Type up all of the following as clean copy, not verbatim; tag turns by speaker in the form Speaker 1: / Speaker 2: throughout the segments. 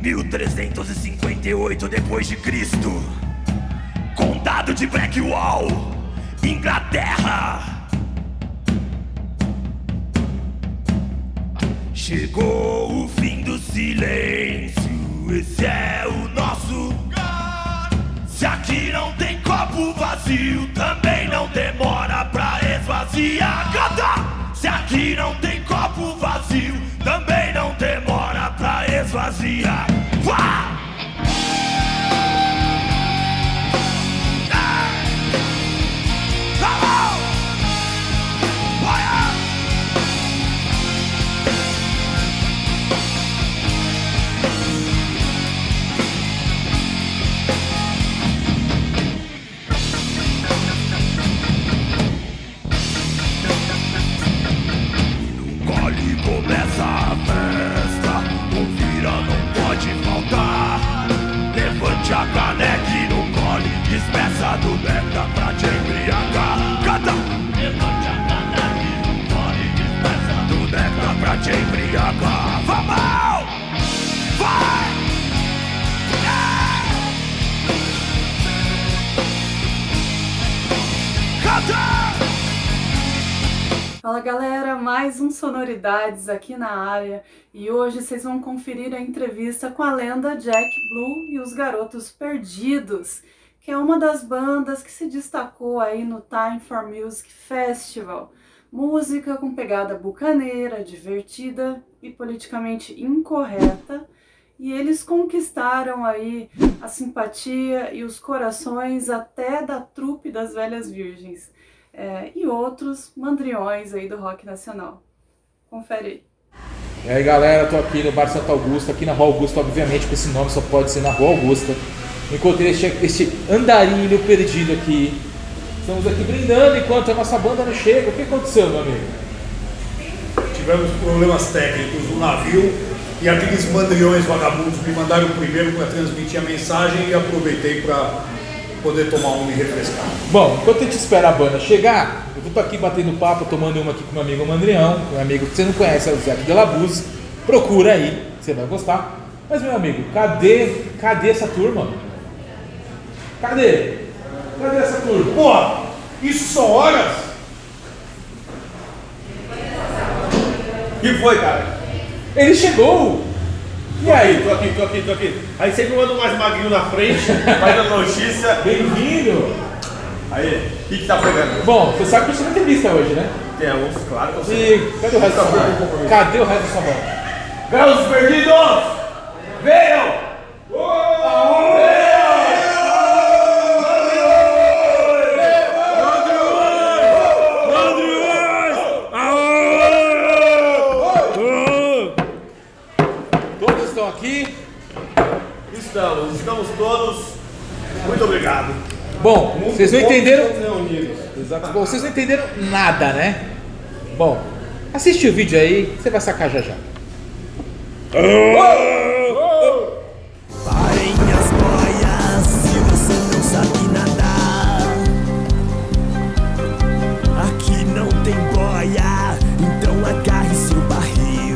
Speaker 1: 1358 depois de Cristo, Condado de Blackwall, Inglaterra. Chegou o fim do silêncio, esse é o nosso lugar. Se aqui não tem copo vazio, também não demora pra esvaziar. Canta! Se aqui não tem copo vazio, também não demora pra esvaziar. Vá! Começa a festa, ouvira não pode faltar. Levante a caneca e no gole, despeça do néctar pra te embriagar. Canta! Levante a caneca e no gole, despeça do néctar pra te embriagar. Vamos! Vai! Canta!
Speaker 2: Fala galera, mais um Sonoridades aqui na área e hoje vocês vão conferir a entrevista com a lenda Jack Blue e os Garotos Perdidos, que é uma das bandas que se destacou aí no Time for Music Festival. Música com pegada bucaneira, divertida e politicamente incorreta, e eles conquistaram aí a simpatia e os corações até da trupe das Velhas Virgens. E outros mandriões aí do rock nacional. Confere aí.
Speaker 3: E aí galera, tô aqui no Bar Santa Augusta, aqui na Rua Augusta, obviamente que esse nome só pode ser na Rua Augusta. Encontrei este andarilho perdido aqui. Estamos aqui brindando enquanto a nossa banda não chega. O que aconteceu, meu amigo?
Speaker 4: Tivemos problemas técnicos no navio e aqueles mandriões vagabundos me mandaram primeiro para transmitir a mensagem e aproveitei para poder tomar uma e refrescar.
Speaker 3: Bom, enquanto a gente espera a banda chegar, eu vou estar aqui batendo papo, tomando uma aqui com meu amigo Mandrião, um amigo que você não conhece, é o Zé de Labuse. Procura aí, você vai gostar. Mas meu amigo, cadê essa turma? Cadê essa turma?
Speaker 4: Pô, isso são horas?
Speaker 5: O que foi, cara?
Speaker 3: Ele chegou! E aí?
Speaker 5: Tô aqui. Aí sempre manda mais magrinho na frente, vai dar notícia.
Speaker 3: Bem-vindo!
Speaker 5: Aí, o que tá pegando?
Speaker 3: Bom, você sabe que eu tinha uma entrevista hoje, né?
Speaker 5: Temos, claro que eu sei.
Speaker 3: E cadê o resto da sua banda? Cadê o resto da sua banda?
Speaker 5: Garotos Perdidos! Venham!
Speaker 3: Todos estão aqui?
Speaker 5: Estamos todos. Muito obrigado.
Speaker 3: Bom, vocês não entenderam?
Speaker 5: Reunidos.
Speaker 3: Exato. Bom, vocês não entenderam nada, né? Bom, assiste o vídeo aí, você vai sacar já já.
Speaker 1: Parem as boias se você não sabe nadar. Aqui não tem boia, então agarre seu barril.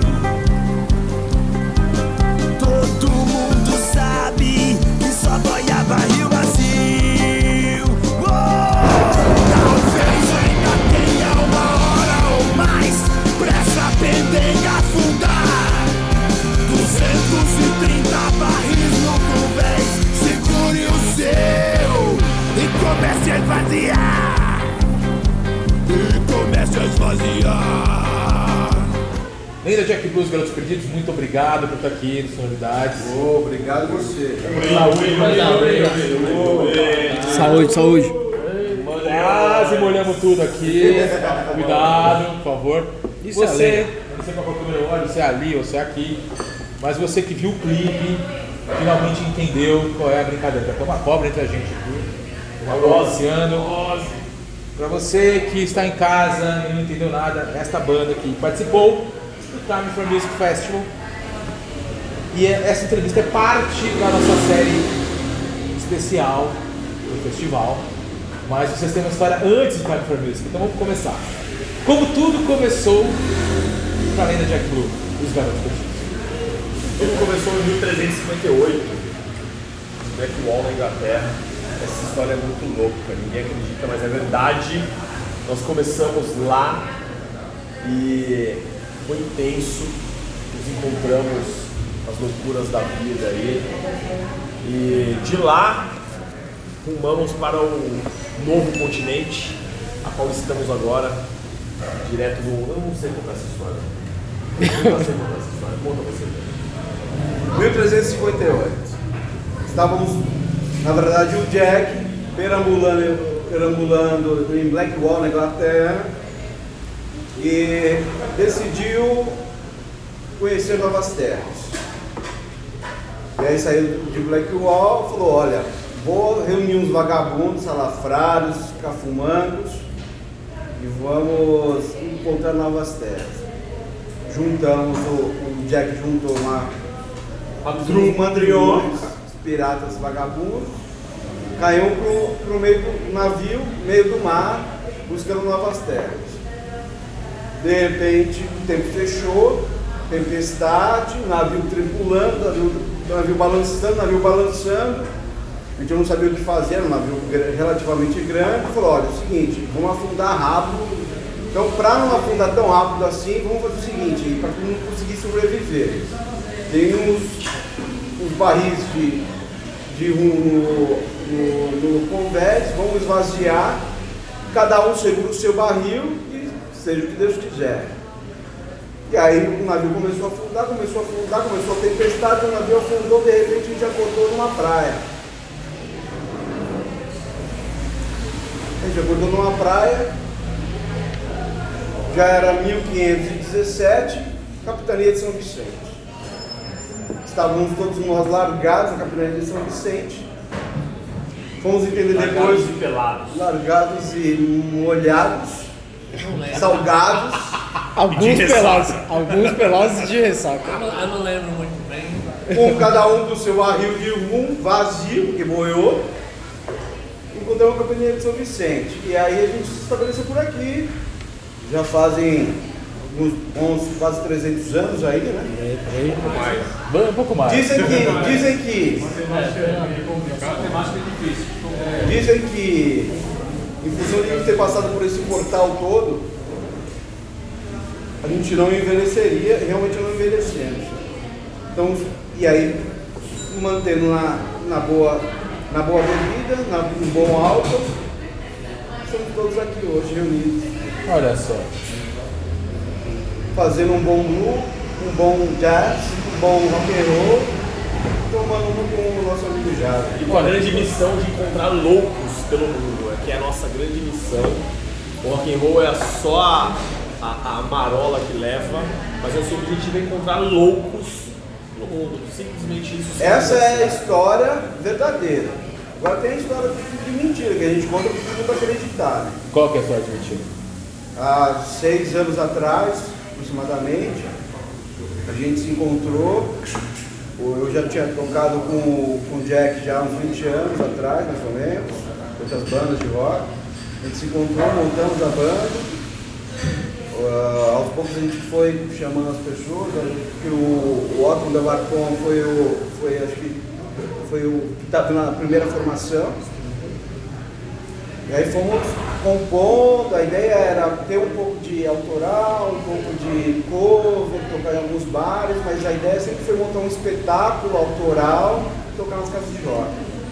Speaker 1: Todo mundo sabe que só boia barril vazio. Talvez ainda tenha uma hora ou mais pra essa pendenga afundar. 230 barris no convés, segure o seu e comece a esvaziar.
Speaker 3: Lenda Jack Blue, os Garotos Perdidos, muito obrigado por estar aqui no Sonoridades.
Speaker 5: Obrigado você.
Speaker 6: Saúde.
Speaker 3: Quase molhamos tudo aqui. Cuidado, por favor.
Speaker 6: Isso é
Speaker 3: Você,
Speaker 6: lenda.
Speaker 3: eu não sei qual câmera eu olho, você é ali ou você é aqui, mas você que viu o clipe, finalmente entendeu qual é a brincadeira. Tem uma cobra entre a gente aqui, uma cobra oceano. Pra você que está em casa e não entendeu nada, esta banda que participou do Time for Music Festival. E essa entrevista é parte da nossa série especial do festival. Mas vocês têm uma história antes do Time for Music, então vamos começar. Como tudo começou pra lenda Jack Blue, os Garotos Perdidos?
Speaker 5: Tudo começou em 1358, Blackwall na Inglaterra. Essa história é muito louca, ninguém acredita, mas é verdade. Nós começamos lá e foi intenso, nos encontramos as loucuras da vida aí. E de lá, rumamos para o novo continente, a qual estamos agora, direto do... Eu não sei contar essa história. Eu não sei contar essa história, conta você.
Speaker 7: 1358. Estávamos, na verdade, o Jack perambulando em Blackwall, na Inglaterra, e decidiu conhecer novas terras. E aí saiu de Blackwall e falou, olha, vou reunir uns vagabundos, salafrários, cafumangos e vamos encontrar novas terras. Juntamos, o Jack juntou uns mandriões, piratas vagabundos, caiu pro meio do navio, meio do mar, buscando novas terras. De repente, o tempo fechou, tempestade, navio tripulando, navio balançando, a gente não sabia o que fazer, era um navio relativamente grande, falou, olha, é o seguinte, vamos afundar rápido, então para não afundar tão rápido assim, vamos fazer o seguinte, para todo mundo conseguir sobreviver. Tem uns barris de rum no convés, vamos esvaziar, cada um segura o seu barril e seja o que Deus quiser. E aí o navio começou a afundar, começou a tempestade, o navio afundou, de repente a gente acordou numa praia. A gente acordou numa praia, já era 1517, capitania de São Vicente. Estávamos todos nós largados na capitania de São Vicente. Fomos entender depois.
Speaker 5: Largados e pelados.
Speaker 7: Largados e molhados, salgados.
Speaker 6: Alguns pelados de ressaca.
Speaker 8: Eu não lembro muito bem.
Speaker 7: Com cada um do seu barril de rum vazio, porque boiou. Encontramos a capitania de São Vicente. E aí a gente se estabeleceu por aqui. Já fazem uns quase 300 anos aí, né?
Speaker 3: Um pouco mais.
Speaker 7: Dizem que, em função de ter passado por esse portal todo, a gente não envelheceria, realmente não envelhecemos. Então, e aí, mantendo na boa bebida, no bom álcool, estamos todos aqui hoje reunidos.
Speaker 3: Olha só.
Speaker 7: Fazendo um bom blues, um bom jazz, um bom rock and roll, tomando uma com o nosso amigo Jado.
Speaker 5: E com a grande missão de encontrar loucos pelo mundo, que é a nossa grande missão. O rock and roll é só a marola que leva, mas o seu objetivo é encontrar loucos no mundo, simplesmente isso.
Speaker 7: Essa é a história verdadeira. Agora tem a história de mentira, que a gente conta para todo mundo acreditar, né?
Speaker 3: Qual que é a história de mentira?
Speaker 7: Há 6 anos atrás, aproximadamente, a gente se encontrou. Eu já tinha tocado com o Jack já há uns 20 anos atrás, mais ou menos, outras bandas de rock. A gente se encontrou, montamos a banda. Aos poucos a gente foi chamando as pessoas, que o Otton da Barcon foi o que estava na primeira formação. E aí fomos compondo, a ideia era ter um pouco de autoral, um pouco de cover, tocar em alguns bares, mas a ideia sempre foi montar um espetáculo autoral e tocar nas casas de rock.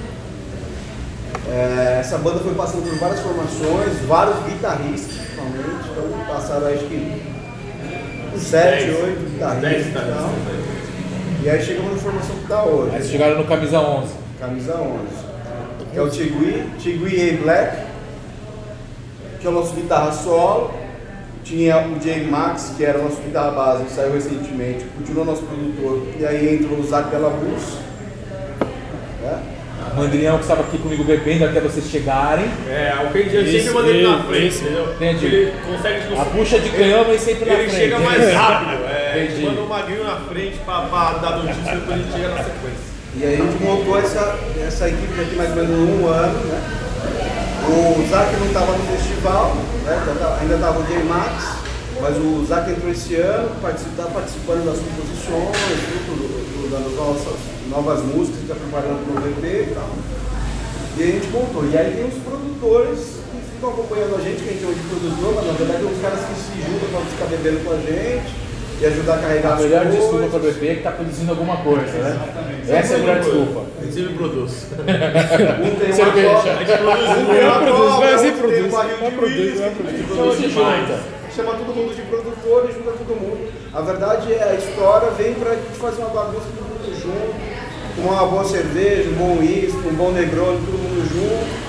Speaker 7: Essa banda foi passando por várias formações, vários guitarristas, principalmente, então passaram acho que 7, 8 guitarristas e tal. E aí chegamos na formação que está hoje.
Speaker 3: Aí vocês chegaram no Camisa 11.
Speaker 7: Camisa 11. Que é o Tigui A. Black, que é o nosso guitarra solo. Tinha o Jay Max, que era o nosso guitarra base, que saiu recentemente, continuou nosso produtor. E aí entrou o Zach Delabus.
Speaker 3: Mandrião que estava aqui comigo bebendo até vocês chegarem.
Speaker 5: O que eu sempre mando ele na frente, entendeu?
Speaker 3: Entendi.
Speaker 5: Ele consegue
Speaker 3: A puxa de canhão vai sempre na
Speaker 5: ele
Speaker 3: frente.
Speaker 5: chega mais rápido.
Speaker 3: Entendi.
Speaker 5: Manda o Magrinho na frente pra dar notícia e depois a gente chega na sequência.
Speaker 7: E aí a gente montou essa equipe aqui mais ou menos 1 ano, né? O Zac não estava no festival, né? Ainda estava o Jay Max, Mas o Zac entrou esse ano, está participando das composições, das novas músicas que está preparando para o EP e tal. E a gente montou. E aí tem os produtores que ficam acompanhando a gente, que a gente chama de produtor, mas na verdade são os caras que se juntam para ficar bebendo com a gente e ajudar a carregar
Speaker 3: A
Speaker 7: as
Speaker 3: melhor
Speaker 7: coisas.
Speaker 3: desculpa para o EP é que está produzindo alguma coisa, né? Essa é a melhor desculpa.
Speaker 5: Inclusive produz.
Speaker 7: Um tem uma
Speaker 3: Cerveja.
Speaker 7: copa, um tem uma
Speaker 6: produz,
Speaker 7: copa,
Speaker 6: vai ser
Speaker 7: outro tem um
Speaker 6: produz,
Speaker 7: barril
Speaker 6: vai
Speaker 7: de
Speaker 6: produz,
Speaker 7: uísque,
Speaker 6: vai
Speaker 7: a gente
Speaker 3: produz.
Speaker 7: se junta. Chama todo mundo de produtor e junta todo mundo. A verdade é, a história vem pra gente fazer uma bagunça todo mundo junto, com uma boa cerveja, um bom uísque, um bom negroni, todo mundo junto.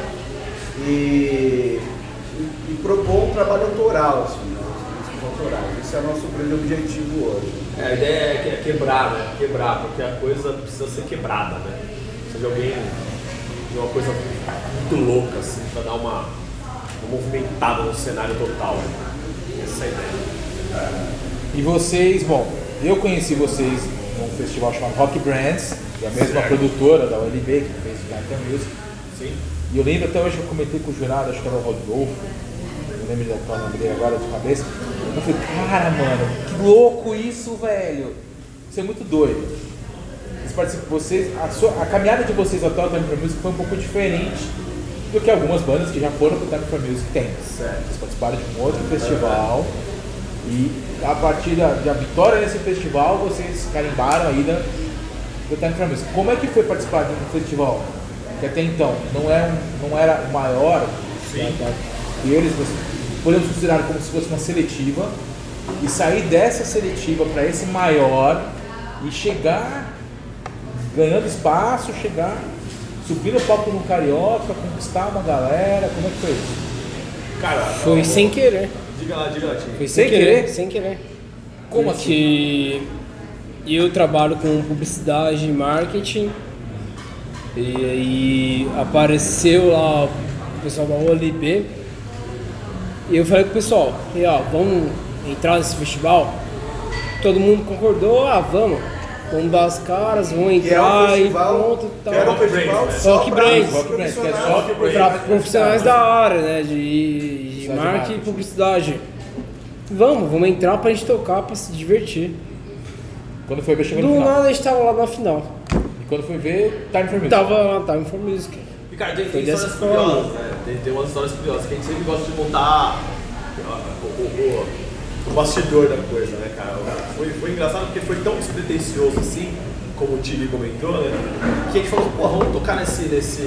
Speaker 7: E propor um trabalho autoral, assim, né? Autorais. Esse é o nosso grande objetivo hoje.
Speaker 5: A ideia é quebrar, né? Quebrar, porque a coisa precisa ser quebrada, né? Precisa de alguém de uma coisa muito louca, assim, pra dar uma movimentada no cenário total. Essa é a ideia.
Speaker 3: E vocês, bom, eu conheci vocês num festival chamado Rock Brands, que é a mesma produtora da ULB que fez o Carta Music.
Speaker 5: Sim.
Speaker 3: E eu lembro até hoje que eu comentei com o jurado, acho que era o Rodolfo, não lembro qual nome dele agora de cabeça. Eu falei, cara, mano, que louco isso, velho. Isso é muito doido. A caminhada de vocês até o Time for Music foi um pouco diferente do que algumas bandas que já foram pro Time for Music têm. Vocês participaram de um outro festival e a partir da vitória nesse festival vocês carimbaram a ida pro Time for Music. Como é que foi participar de um festival que até então não era o maior, e eles podemos considerar como se fosse uma seletiva, e sair dessa seletiva para esse maior e chegar ganhando espaço, subir no palco no Carioca, conquistar uma galera? Como é que foi isso?
Speaker 5: Cara,
Speaker 6: Foi sem querer.
Speaker 5: Diga lá, Tim.
Speaker 6: Foi
Speaker 3: Sem querer?
Speaker 6: Sem querer.
Speaker 3: Como
Speaker 6: Porque eu trabalho com publicidade e marketing. E aí apareceu lá o pessoal da OLB. E eu falei pro pessoal, vamos entrar nesse festival? Todo mundo concordou, vamos dar as caras, vamos entrar e pronto e tal.
Speaker 7: Era um festival só
Speaker 6: Rock
Speaker 7: pra
Speaker 6: Brands.
Speaker 3: que é só
Speaker 6: Para profissionais da área, né, de marketing e publicidade. Vamos entrar pra gente tocar, pra se divertir.
Speaker 3: Quando foi ver, chegou no
Speaker 6: Do
Speaker 3: final.
Speaker 6: nada a gente tava lá na final.
Speaker 3: E quando foi ver, Time for Music.
Speaker 6: Tava lá, Time for Music.
Speaker 5: E cara, tem
Speaker 6: Foi
Speaker 5: histórias
Speaker 6: dessa
Speaker 5: curiosas,
Speaker 6: forma.
Speaker 5: né? Tem umas histórias curiosas que a gente sempre gosta de montar o bastidor da coisa, né, cara? Foi engraçado porque foi tão despretensioso assim, como o Tibi comentou, né? Que a gente falou, vamos tocar nesse...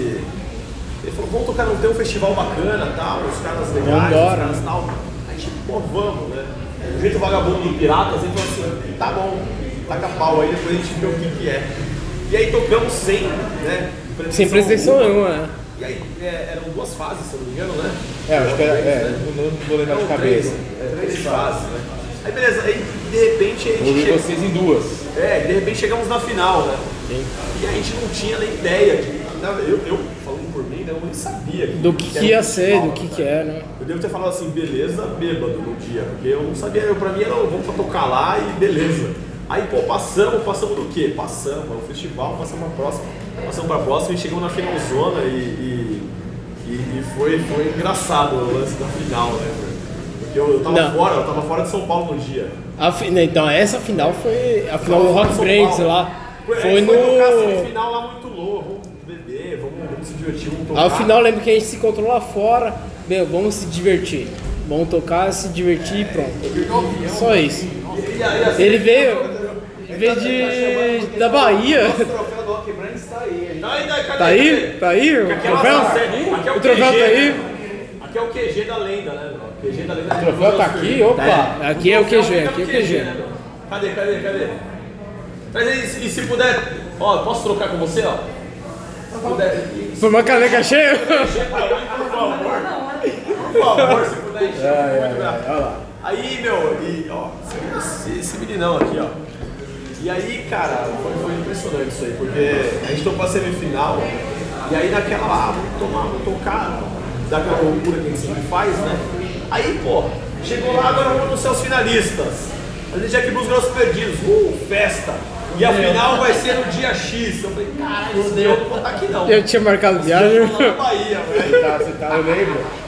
Speaker 5: Ele falou, vamos tocar, tem um festival bacana, tal, os caras legais, os caras tal. A gente, vamos, né? O jeito vagabundo do Piratas, ele falou assim, tá bom, taca pau aí, depois a gente vê o que é. E aí tocamos sem, né?
Speaker 6: Sem pretensão nenhuma, né?
Speaker 5: E aí eram 2 fases, se eu não me engano, né?
Speaker 3: Acho que não vou lembrar de cabeça.
Speaker 5: 3 fases, né? Aí beleza, aí de repente a
Speaker 3: Eu
Speaker 5: gente
Speaker 3: vi
Speaker 5: chegou,
Speaker 3: vocês em 2.
Speaker 5: de repente chegamos na final, né?
Speaker 6: Sim.
Speaker 5: E a gente não tinha nem ideia eu falando por mim, né? Eu nem sabia
Speaker 6: Do que
Speaker 5: era
Speaker 6: ia
Speaker 5: um
Speaker 6: ser,
Speaker 5: festival,
Speaker 6: do que é, né?
Speaker 5: Eu devo ter falado assim, beleza, bêbado no dia, porque eu não sabia, pra mim era vamos pra tocar lá e beleza. Aí, passamos do quê? Passamos, é um festival, passamos pra próxima e chegamos na finalzona e foi engraçado o lance da final, né? Porque eu tava fora de São Paulo no dia.
Speaker 6: Então, essa final foi a final do Rock
Speaker 5: São
Speaker 6: Brands
Speaker 5: Paulo.
Speaker 6: lá.
Speaker 5: Foi tocar a semifinal lá muito louco, vamos beber, vamos se divertir, vamos tocar.
Speaker 6: Ao final, lembro que a gente se encontrou lá fora. Vamos se divertir. Vamos tocar, se divertir e pronto. Só isso. Ele veio da Bahia.
Speaker 7: O troféu do Rock Brands tá aí, hein?
Speaker 5: Tá
Speaker 6: Tá aí? Tá aí? O
Speaker 5: Aqui é
Speaker 6: troféu?
Speaker 5: o
Speaker 6: O troféu tá aí?
Speaker 5: Aqui é o QG da lenda, né? O QG da lenda.
Speaker 3: O troféu tá aqui, opa!
Speaker 6: Aqui é o QG, aqui é o QG.
Speaker 5: Né, meu? Cadê? Traz aí, e se puder, posso trocar com você, Se puder.
Speaker 6: Foi uma caneca cheia?
Speaker 5: Por favor, se puder encher.
Speaker 3: Olha lá.
Speaker 5: Aí, esse meninão aqui, E aí, cara, foi impressionante isso aí, porque a gente tocou a semifinal, e aí naquela vamos tocar, daquela loucura que a gente sempre faz, né? Aí, chegou lá, agora vamos anunciar os finalistas. A gente Jack Blues Grossos Perdidos, festa. E a final vai ser no dia X. Eu falei, caralho, eu não vou estar aqui não.
Speaker 6: Eu tinha marcado viagem.
Speaker 5: Eu tô na Bahia, velho.
Speaker 3: Eu lembro.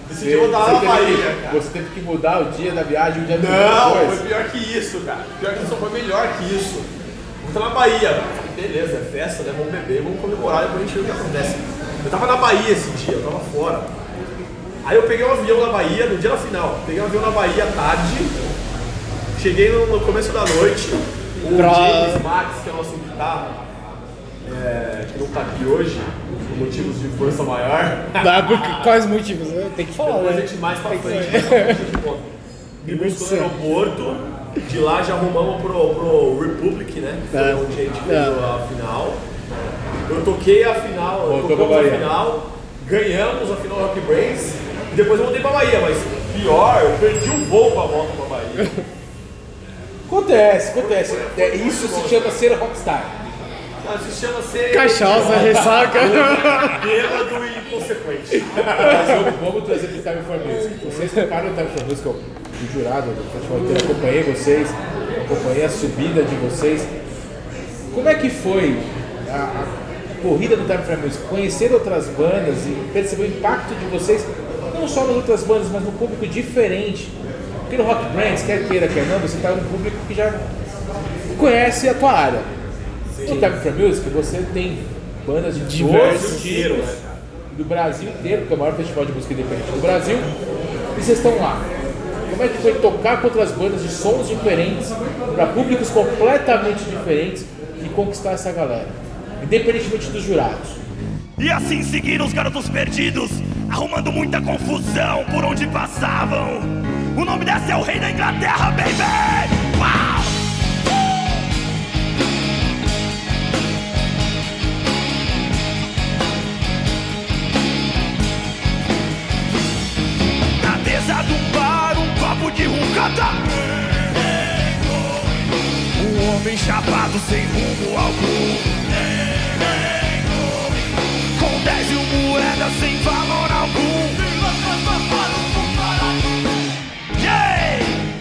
Speaker 5: Decidi voltar lá na Bahia, cara.
Speaker 3: Você teve que mudar o dia da viagem, o dia depois.
Speaker 5: Não, foi pior que isso, cara. Pior que isso, foi melhor que isso. Vou estar na Bahia. Falei, beleza, é festa, né? Vamos beber, vamos comemorar, depois a gente vê o que acontece. Eu tava na Bahia esse dia, eu tava fora. Aí eu peguei um avião na Bahia, no dia da final. Peguei um avião na Bahia à tarde. Cheguei no começo da noite. O James Max, que é o nosso guitarra, que não tá aqui hoje, por motivos de força maior.
Speaker 6: Quais motivos? Tem que falar,
Speaker 5: Depois
Speaker 6: né?
Speaker 5: a gente mais pra frente, me buscou no aeroporto, de lá já arrumamos pro Republic, né? Que foi onde a gente fez a final. Eu toquei a final, tocamos a final, ganhamos a final do Rock Brains e depois eu voltei pra Bahia, mas pior, eu perdi o voo pra volta pra Bahia.
Speaker 3: Acontece. Isso se chama ser rockstar.
Speaker 5: Isso chama ser...
Speaker 6: Cachaça, ressaca.
Speaker 5: Bêbado e inconsequente.
Speaker 3: Mas vamos trazer pro Time for Music. Vocês tocaram no Time for Music, eu fui jurado do festival inteiro, acompanhei vocês, acompanhei a subida de vocês. Como é que foi a corrida do Time for Music? Conhecer outras bandas e perceber o impacto de vocês, não só nas outras bandas, mas no público diferente. Porque no Rock Brands, quer queira, quer não, você está num público que já conhece a tua área. No Time for Music, você tem bandas de diversos tipos do Brasil inteiro, que é o maior festival de música independente do Brasil, e vocês estão lá. Como é que foi tocar com outras bandas de sons diferentes, para públicos completamente diferentes e conquistar essa galera, independentemente dos jurados?
Speaker 1: E assim seguiram os garotos perdidos, arrumando muita confusão por onde passavam. O nome desse é o rei da Inglaterra, baby! Uau! Na mesa do bar, um copo de rum canta. Um homem chapado sem rumo algum, com 10 mil moedas sem valor algum. Yeah!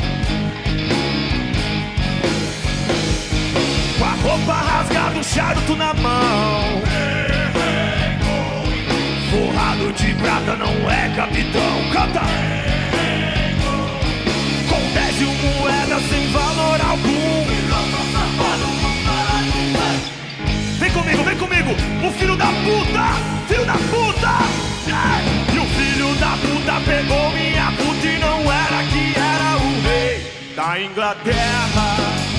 Speaker 1: Com a roupa rasgada, um charuto na mão, forrado de prata, não é capitão. Canta! Com 10 mil moedas sem valor algum. Vem comigo, o filho da puta, yeah! E o filho da puta pegou minha puta e não era que era o rei da Inglaterra,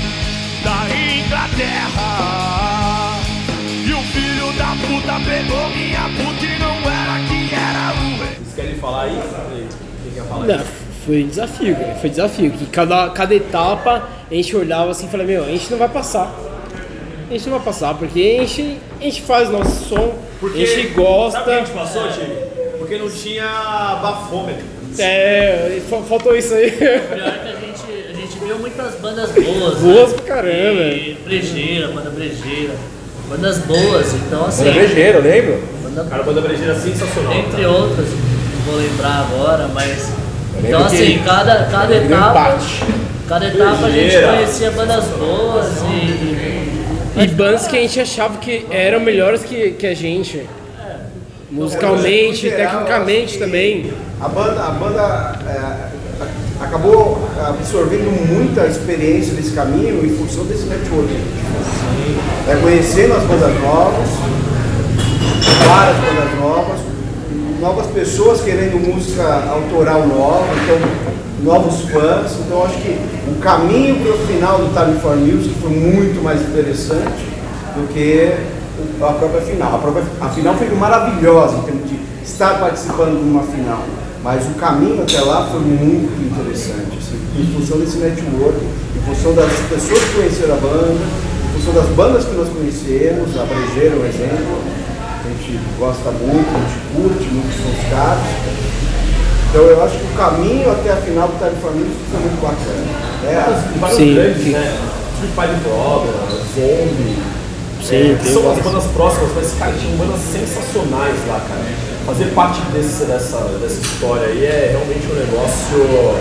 Speaker 1: E o filho da puta pegou minha puta e não era que era o rei.
Speaker 5: Vocês querem falar isso? Quem quer falar
Speaker 6: Não,
Speaker 5: isso?
Speaker 6: foi desafio, cara. Foi desafio. Que cada etapa a gente olhava assim e falava, meu, a gente não vai passar. A gente não vai passar, porque a gente faz nosso som,
Speaker 5: Porque,
Speaker 6: a gente gosta.
Speaker 5: Sabe o que a gente passou, Tigre? Porque não tinha bafômetro.
Speaker 6: Faltou isso aí.
Speaker 8: Pior que a gente viu muitas bandas boas.
Speaker 6: Boas
Speaker 8: né?
Speaker 6: pra caramba.
Speaker 8: E banda brejeira. Bandas boas, então assim.
Speaker 3: Banda brejeira, eu lembro.
Speaker 5: Cara, a banda brejeira é sensacional.
Speaker 8: Entre outras, não vou lembrar agora, mas.
Speaker 3: lembro
Speaker 8: Então assim,
Speaker 3: que
Speaker 8: cada
Speaker 3: deu
Speaker 8: etapa.
Speaker 3: empate.
Speaker 8: Cada etapa a gente
Speaker 5: Brejeira.
Speaker 8: conhecia bandas boas
Speaker 6: E bandas que a gente achava que eram melhores que a gente. Musicalmente,
Speaker 7: No geral,
Speaker 6: tecnicamente
Speaker 7: acho que
Speaker 6: também.
Speaker 7: A banda acabou absorvendo muita experiência desse caminho em função desse networking. Conhecendo as bandas novas, várias bandas novas pessoas querendo música autoral nova, então novos fãs. Então acho que o caminho para o final do Time for Music foi muito mais interessante do que a própria final. A final foi maravilhosa em termos de estar participando de uma final, mas o caminho até lá foi muito interessante, assim, em função desse network, em função das pessoas que conheceram a banda, em função das bandas que nós conhecemos, a Brejeira é um exemplo, a gente gosta muito, a gente curte muito os caras. Então eu acho que o caminho até a final do Time for Music foi muito bacana.
Speaker 5: Vários
Speaker 6: Sim,
Speaker 5: grandes,
Speaker 6: sim.
Speaker 5: né? Street Fighter Problem, Zombie.
Speaker 6: Sim,
Speaker 5: que são as bandas próximas, mas cara, tinham bandas sensacionais lá, cara. Fazer parte dessa história aí é realmente um negócio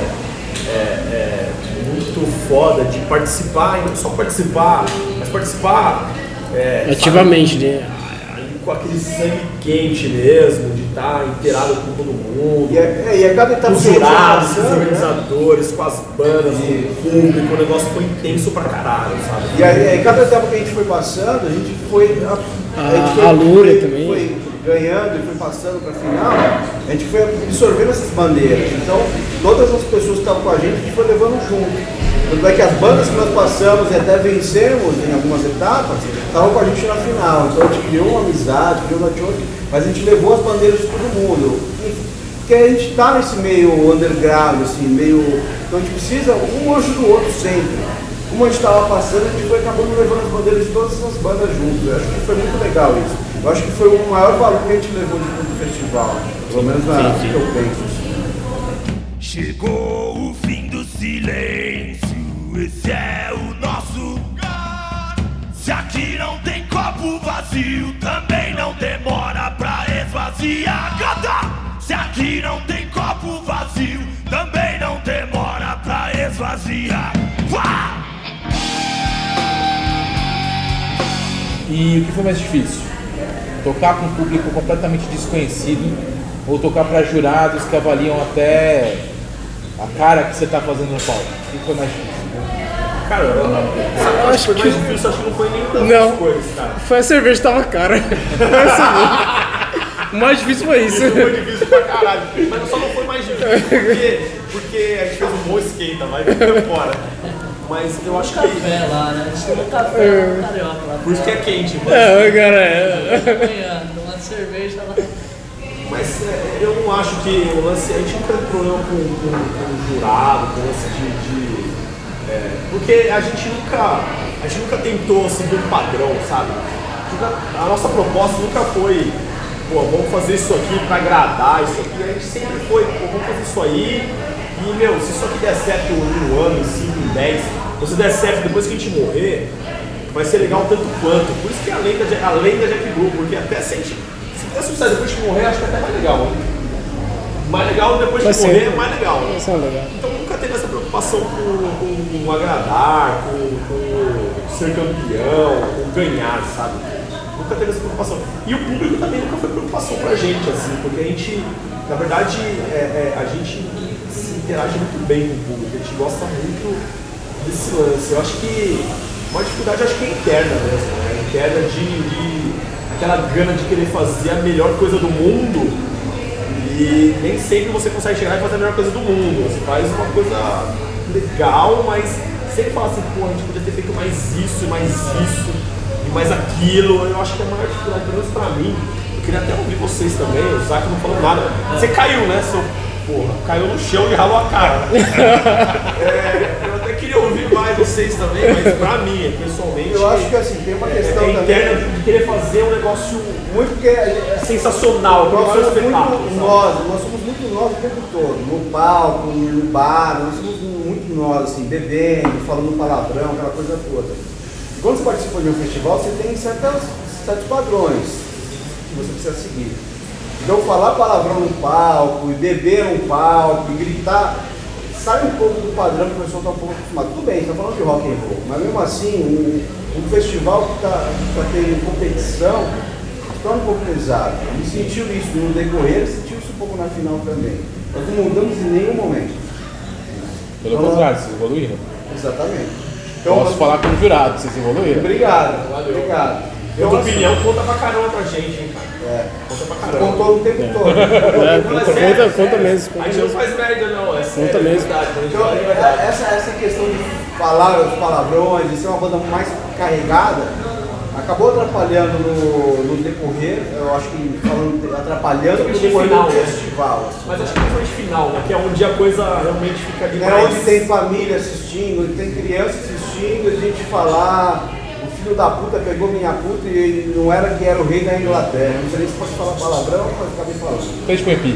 Speaker 5: muito foda de participar, e não só participar, mas participar
Speaker 6: Ativamente, né?
Speaker 5: com aquele sangue quente mesmo, de estar inteirado com todo mundo.
Speaker 7: E a cada etapa
Speaker 5: os jurados, os organizadores, com as bandas, com o público, o negócio foi intenso pra caralho, sabe?
Speaker 7: E aí, cada etapa que a gente foi passando, a gente foi.
Speaker 6: A Lúria também.
Speaker 7: Foi ganhando e foi passando pra final, a gente foi absorvendo essas bandeiras. Então, todas as pessoas que estavam com a gente foi levando junto. Tanto é que as bandas que nós passamos e até vencemos em algumas etapas, estavam com a gente na final. Então a gente criou uma amizade, criou uma network, mas a gente levou as bandeiras de todo mundo. Porque a gente está nesse meio underground, assim, meio. Então a gente precisa um anjo do outro sempre. Como a gente estava passando, a gente foi acabando levando as bandeiras de todas essas bandas juntos. Eu acho que foi muito legal isso. Eu acho que foi o maior valor que a gente levou do festival. Pelo menos na que eu penso.
Speaker 1: Chegou o fim do silêncio, esse é o nosso lugar. Se aqui não tem copo vazio, também não demora pra esvaziar. Canta! Se aqui não tem copo vazio, também não demora pra esvaziar. Uá!
Speaker 3: E o que foi mais difícil? Tocar com um público completamente desconhecido ou tocar para jurados que avaliam até a cara que você está fazendo no palco? O que foi mais difícil?
Speaker 5: Cara, eu acho que foi mais difícil, acho que não foi nem tantas coisas, cara.
Speaker 6: Foi a cerveja que tava cara. O mais difícil foi isso.
Speaker 5: Isso foi difícil pra caralho. Mas só não foi mais difícil porque a gente fez um bom esquenta, vai fora. Mas eu acho que.
Speaker 8: Café lá, né? A gente tomou café no Carioca lá.
Speaker 5: Por isso que é quente, mano.
Speaker 8: Amanhã, tomando cerveja lá.
Speaker 5: Mas eu não acho que o lance. A gente nunca teve problema com o jurado, com o lance porque a gente nunca tentou seguir um padrão, sabe? A nossa proposta nunca foi, pô, vamos fazer isso aqui pra agradar, isso aqui. A gente sempre foi, pô, vamos fazer isso aí. E, meu, se isso aqui der certo em um ano, em 5, em 10, se der certo depois que a gente morrer, vai ser legal tanto quanto. Por isso que a lenda Jack Blue, porque até se fizer sucesso depois que morrer, acho que é até mais legal. Mais legal depois que morrer é mais legal. Então nunca teve essa preocupação com agradar, com ser campeão, com ganhar, sabe? Nunca teve essa preocupação. E o público também nunca foi preocupação pra gente, assim, porque a gente, na verdade, a gente se interage muito bem com o público, a gente gosta muito desse lance. Eu acho que uma dificuldade acho que é interna mesmo, né? Interna de aquela gana de querer fazer a melhor coisa do mundo. E nem sempre você consegue chegar e fazer a melhor coisa do mundo. Você faz uma coisa legal, mas sempre fala assim, pô, a gente podia ter feito mais isso, e mais aquilo. Eu acho que a maior dificuldade, pelo menos pra mim, eu queria até ouvir vocês também, o Zac não falou nada. Você caiu, né, seu porra? Caiu no chão e ralou a cara. Eu até queria ouvir mais vocês também, mas pra mim, pessoalmente...
Speaker 7: Eu acho que assim, tem uma questão
Speaker 5: interna
Speaker 7: também...
Speaker 5: de querer fazer um negócio
Speaker 7: muito que
Speaker 5: sensacional,
Speaker 7: nós somos muito nós o tempo todo, no palco, no bar, nós somos muito nós, assim, bebendo, falando palavrão, aquela coisa toda. E quando você participa de um festival, você tem certos padrões que você precisa seguir. Então falar palavrão no palco, e beber no palco, e gritar, sai um pouco do padrão que o pessoal está um pouco acostumado. Tudo bem, você está falando de rock and roll, mas mesmo assim, um festival que está tendo competição, torna um pouco pesado. A gente sentiu isso no decorrer, sentiu isso um pouco na final também. Nós não mudamos em nenhum momento.
Speaker 3: Pelo contrário, vocês evoluíram.
Speaker 7: Exatamente.
Speaker 3: Então, posso falar como jurado, vocês evoluíram.
Speaker 7: Obrigado,
Speaker 5: valeu.
Speaker 7: Obrigado.
Speaker 5: A tua opinião conta pra caramba pra gente, hein, cara? Conta pra caramba.
Speaker 7: Contou o tempo todo.
Speaker 6: Conta mesmo.
Speaker 5: A gente não faz merda, não.
Speaker 6: Conta mesmo.
Speaker 7: Então, essa questão de falar os palavrões, de ser uma banda mais carregada, acabou atrapalhando no decorrer, eu acho que atrapalhando no decorrer do festival. Assim.
Speaker 5: Mas acho que foi de final, né? Que é onde a coisa realmente fica ali
Speaker 7: mais... onde tem família assistindo, onde tem criança assistindo, a gente falar, o filho da puta pegou minha puta e não era que era o rei da Inglaterra. Não sei nem se pode falar palavrão, mas acabei falando.
Speaker 3: Fez com epi.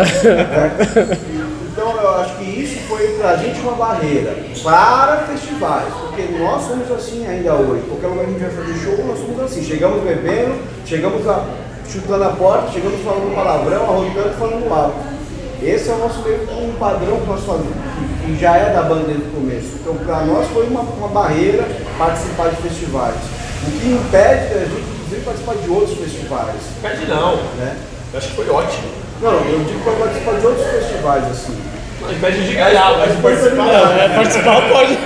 Speaker 7: Então eu acho que isso foi pra gente uma barreira para festivais, porque nós somos assim ainda hoje. Qualquer lugar que a gente vai fazer show, nós somos assim. Chegamos bebendo, chegamos chutando a porta, chegamos falando palavrão, arrotando e falando alto. Esse é o nosso meio um padrão que nós fazemos, que já é da banda desde o começo. Então para nós foi uma barreira participar de festivais. O que impede a gente inclusive participar de outros festivais.
Speaker 5: Impede não.
Speaker 7: Né?
Speaker 5: Eu acho que foi ótimo.
Speaker 7: Não, eu digo para participar de outros festivais assim.
Speaker 5: Não, impede de ganhar, mas de participar.
Speaker 6: Participar pode.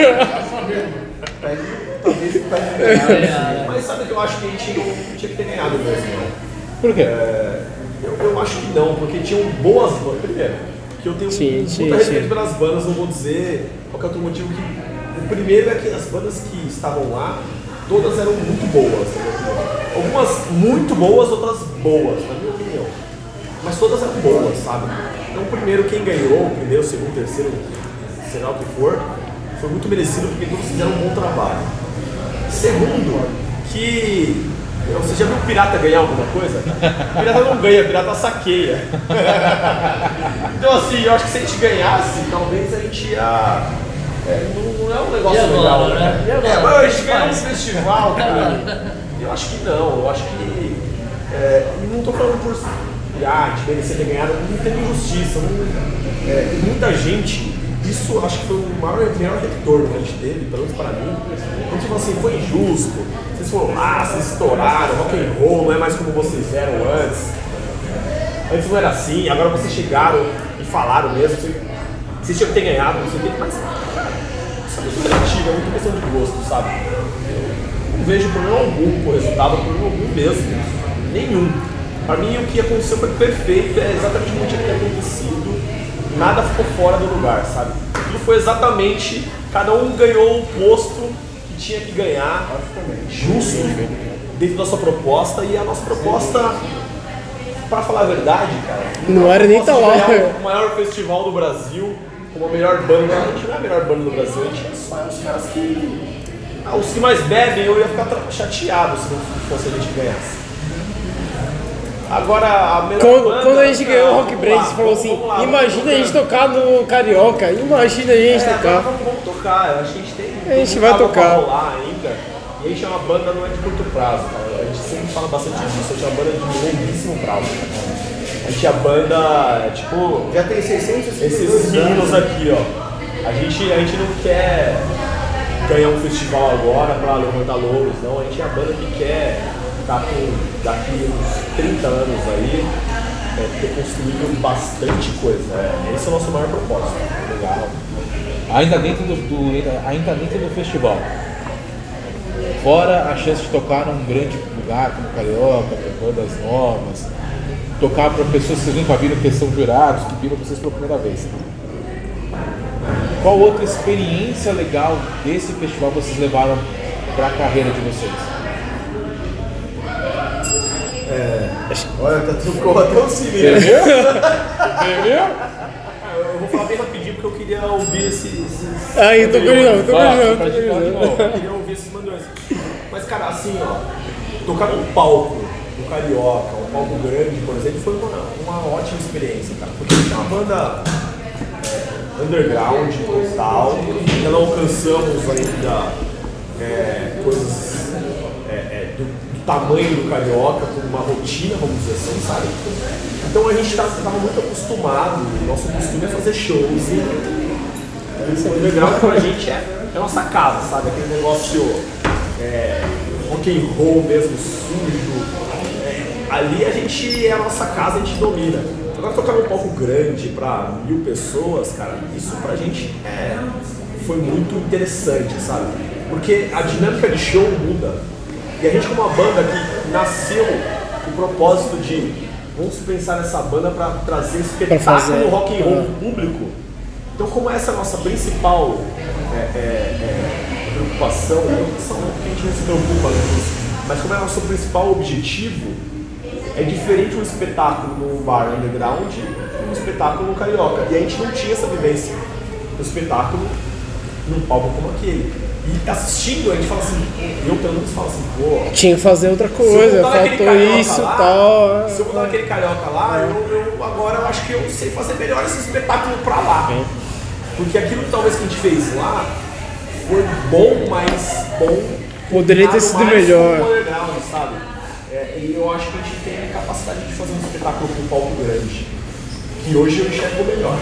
Speaker 7: Talvez impede de ganhar.
Speaker 5: Mas sabe que eu acho que a gente não tinha que ter ganhado mesmo, não.
Speaker 3: Por quê?
Speaker 5: Eu acho que não, porque tinham boas bandas. Primeiro, que eu tenho muito respeito pelas bandas, não vou dizer qual que é outro motivo que. O primeiro é que as bandas que estavam lá, todas eram muito boas, na minha opinião. Algumas muito boas, outras boas, na minha opinião. Mas todas eram boas, sabe? Então, primeiro, quem ganhou, o primeiro, o segundo, o terceiro, será o que for, foi muito merecido porque todos fizeram um bom trabalho. Segundo, que. Você já viu o pirata ganhar alguma coisa? O pirata não ganha, o pirata saqueia. Então, assim, eu acho que se a gente ganhasse, talvez a gente ia. Não é um negócio legal, né? Mas a gente ganhou um festival, cara. Eu acho que não, eu acho que. Não tô falando por. A gente merecia ter ganhado, não teve injustiça. Muita gente, isso eu acho que foi o maior retorno que a gente teve, pelo menos para mim. Porque tipo assim, foi injusto. Vocês foram lá, vocês estouraram, rock and roll, não é mais como vocês eram antes. Antes não era assim, agora vocês chegaram e falaram mesmo. Vocês tinham que ter ganhado, não sei o que, mas cara, isso é muito relativo, é muito questão de gosto, sabe? Eu não vejo problema algum com o resultado, problema algum mesmo. Nenhum. Para mim, o que aconteceu foi perfeito, é exatamente como tinha que ter acontecido, nada ficou fora do lugar, sabe? Tudo foi exatamente, cada um ganhou o posto que tinha que ganhar, justo, dentro da sua proposta, e a nossa proposta, para falar a verdade, cara,
Speaker 6: não era nem tão lá.
Speaker 5: O maior festival do Brasil, com a melhor banda, a gente não é a melhor banda do Brasil, a gente é só os caras que. Os que mais bebem, eu ia ficar chateado se não fosse a gente ganhasse. Agora, a melhor banda,
Speaker 6: quando a gente ganhou o Rock Brand, você falou assim, imagina a gente tocar no Carioca, imagina a gente tocar.
Speaker 5: Vamos tocar, eu acho que a gente tem.
Speaker 6: A gente vai tocar.
Speaker 5: Pra rolar ainda. E a gente é uma banda, não é de curto prazo, cara. A gente sempre fala bastante disso, a gente é uma banda de longuíssimo prazo. A gente é a banda, tipo.
Speaker 7: Já tem 600
Speaker 5: esses meninos aqui, ó. A gente não quer ganhar um festival agora pra levantar louros, não. A gente é a banda que quer. Daqui uns 30 anos aí, ter construído bastante coisa. Esse é o nosso maior propósito. Legal.
Speaker 3: Ainda dentro do festival. Fora a chance de tocar num grande lugar como Carioca, com bandas novas, tocar para pessoas que vocês nunca viram, que são jurados, que viram vocês pela primeira vez. Qual outra experiência legal desse festival vocês levaram para a carreira de vocês?
Speaker 7: Olha, tá trocou até o cimento.
Speaker 3: Entendeu?
Speaker 5: Eu vou falar bem rapidinho porque eu queria ouvir esses.
Speaker 6: Aí, tô curioso.
Speaker 5: Eu queria ouvir esses mandões. Mas, cara, assim, ó, tocar num palco do Carioca, um palco grande, por exemplo, foi uma ótima experiência, cara. Porque a gente é uma banda underground total, ainda não alcançamos ainda coisas do tamanho do Carioca, como uma rotina, vamos dizer assim, sabe? Então a gente estava muito acostumado, nosso costume é fazer shows e o underground pra gente é a nossa casa, sabe? Aquele negócio rock and roll mesmo, sujo. Ali a gente é a nossa casa, a gente domina. Agora tocar num palco grande pra 1000 pessoas, cara, isso pra gente foi muito interessante, sabe? Porque a dinâmica de show muda. E a gente, como uma banda que nasceu com o propósito de vamos pensar nessa banda para trazer espetáculo rock and roll público. Então, como essa é a nossa principal preocupação, a gente não se preocupa com isso, mas como é o nosso principal objetivo, é diferente um espetáculo no bar underground e um espetáculo no Carioca. E a gente não tinha essa vivência do espetáculo num palco como aquele. E assistindo, a gente fala assim, eu pelo menos falo assim, pô.
Speaker 6: Tinha que fazer outra coisa, faltou isso e tal.
Speaker 5: Se eu botar naquele Carioca lá, eu agora eu acho que eu sei fazer melhor esse espetáculo pra lá. Porque aquilo talvez que a gente fez lá foi bom, mas bom.
Speaker 6: Poderia ter sido melhor.
Speaker 5: Sabe? E eu acho que a gente tem a capacidade de fazer um espetáculo com um palco grande. Que hoje eu enxergo melhor.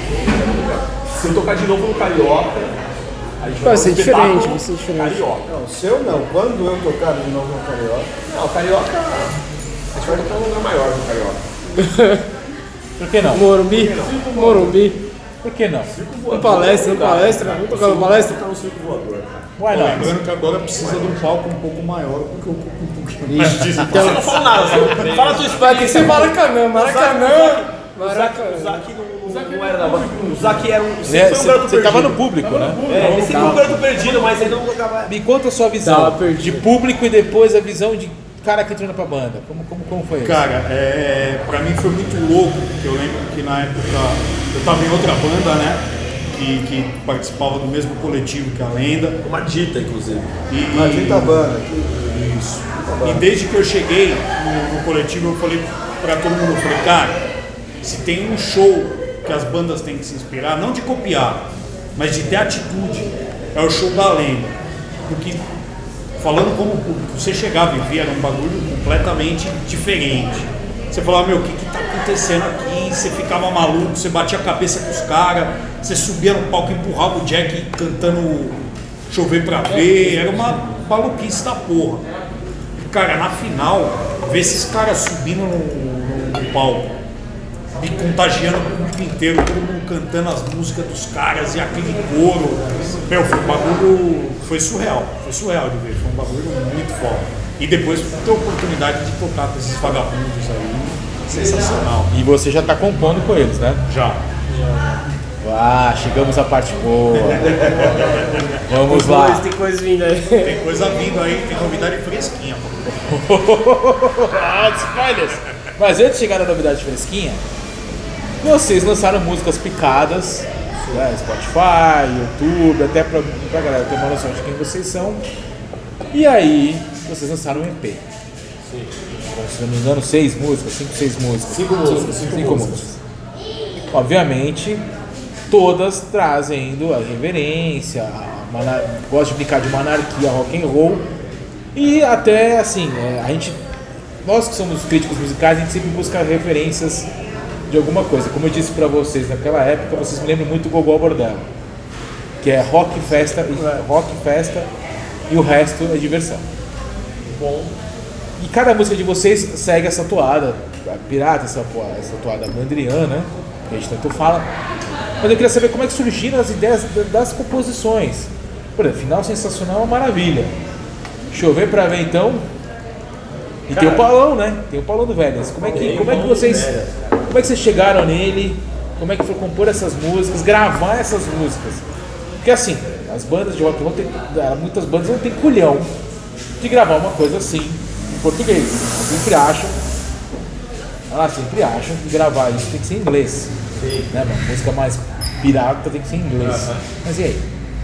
Speaker 5: Se eu tocar de novo no Carioca.
Speaker 6: Vai ser diferente,
Speaker 5: Carioca.
Speaker 7: Não, seu não. Quando eu tocar de novo no Carioca.
Speaker 5: Não, o Carioca. A gente vai tocar um lugar maior do Carioca.
Speaker 3: Por que não?
Speaker 6: Morumbi.
Speaker 3: Por que não?
Speaker 6: Uma palestra, vamos tocar uma palestra?
Speaker 5: Tá no circo voador, cara.
Speaker 3: Why not?
Speaker 4: Lembrando que agora precisa de um palco um pouco maior, porque ocupa um pouquinho mais de
Speaker 5: Você não fala nada, você fala a tua
Speaker 6: Vai ter que ser Maracanã.
Speaker 5: O Zac não era da banda. O Zac era um. Sempre foi um garoto
Speaker 3: Você
Speaker 5: perdido.
Speaker 3: tava no público, né?
Speaker 5: Ele sempre foi um garoto perdido, mas ele não tocava.
Speaker 3: Me conta a sua visão
Speaker 6: Tava perdido.
Speaker 3: de público e depois a visão de cara que entrou pra banda. Como foi isso?
Speaker 4: Cara, pra mim foi muito louco, porque eu lembro que na época eu tava em outra banda, né? Que participava do mesmo coletivo que a Lenda.
Speaker 5: Uma dita, inclusive.
Speaker 7: Uma dita banda.
Speaker 4: Isso. E desde que eu cheguei no coletivo, eu falei pra todo mundo, eu falei, cara, se tem um show que as bandas têm que se inspirar, não de copiar, mas de ter atitude, é o show da Lenda. Porque, falando como público, você chegava e via, era um bagulho completamente diferente. Você falava, meu, o que tá acontecendo aqui? Você ficava maluco, você batia a cabeça com os caras, você subia no palco, empurrava o Jack cantando Chover Pra Ver, era uma maluquice da porra. E, cara, na final, ver esses caras subindo no palco, me contagiando o público inteiro, todo mundo cantando as músicas dos caras e aquele coro. Meu, foi um bagulho, foi surreal de ver, foi um bagulho muito foda. E depois ter a oportunidade de tocar com esses vagabundos aí, sensacional.
Speaker 3: E você já tá compondo com eles, né?
Speaker 4: Já.
Speaker 3: Ah, chegamos à parte boa. Vamos lá.
Speaker 6: Tem coisa vindo aí.
Speaker 4: Tem coisa vindo aí, tem novidade fresquinha.
Speaker 3: Spoilers! Mas antes de chegar na novidade fresquinha, vocês lançaram músicas picadas, né, Spotify, YouTube, até pra galera ter uma noção de quem vocês são. E aí, vocês lançaram um EP. Sim. Se não me engano, 6 músicas, 6 músicas. 5 músicas. Obviamente, todas trazendo a reverência, gosto de brincar de monarquia, rock and roll. E até assim, nós que somos críticos musicais, a gente sempre busca referências de alguma coisa. Como eu disse pra vocês naquela época, vocês me lembram muito do Gogol Bordello, que é rock, festa e o resto é diversão.
Speaker 5: Bom.
Speaker 3: E cada música de vocês segue essa toada, a Pirata, essa toada mandriana, que a gente tanto fala. Mas eu queria saber como é que surgiram as ideias das composições. Por exemplo, Final Sensacional é uma maravilha. Chover Pra Ver, então. E tem o Paulão, né? Tem o Paulão do Velhas. Como é que vocês chegaram nele? Como é que foi compor essas músicas, gravar essas músicas? Porque assim, as bandas de rock and roll, muitas bandas não tem culhão de gravar uma coisa assim em português. Sempre acham que gravar isso tem que ser em inglês.
Speaker 5: Sim.
Speaker 3: Né? Uma música mais pirata tem que ser em inglês. Mas e aí?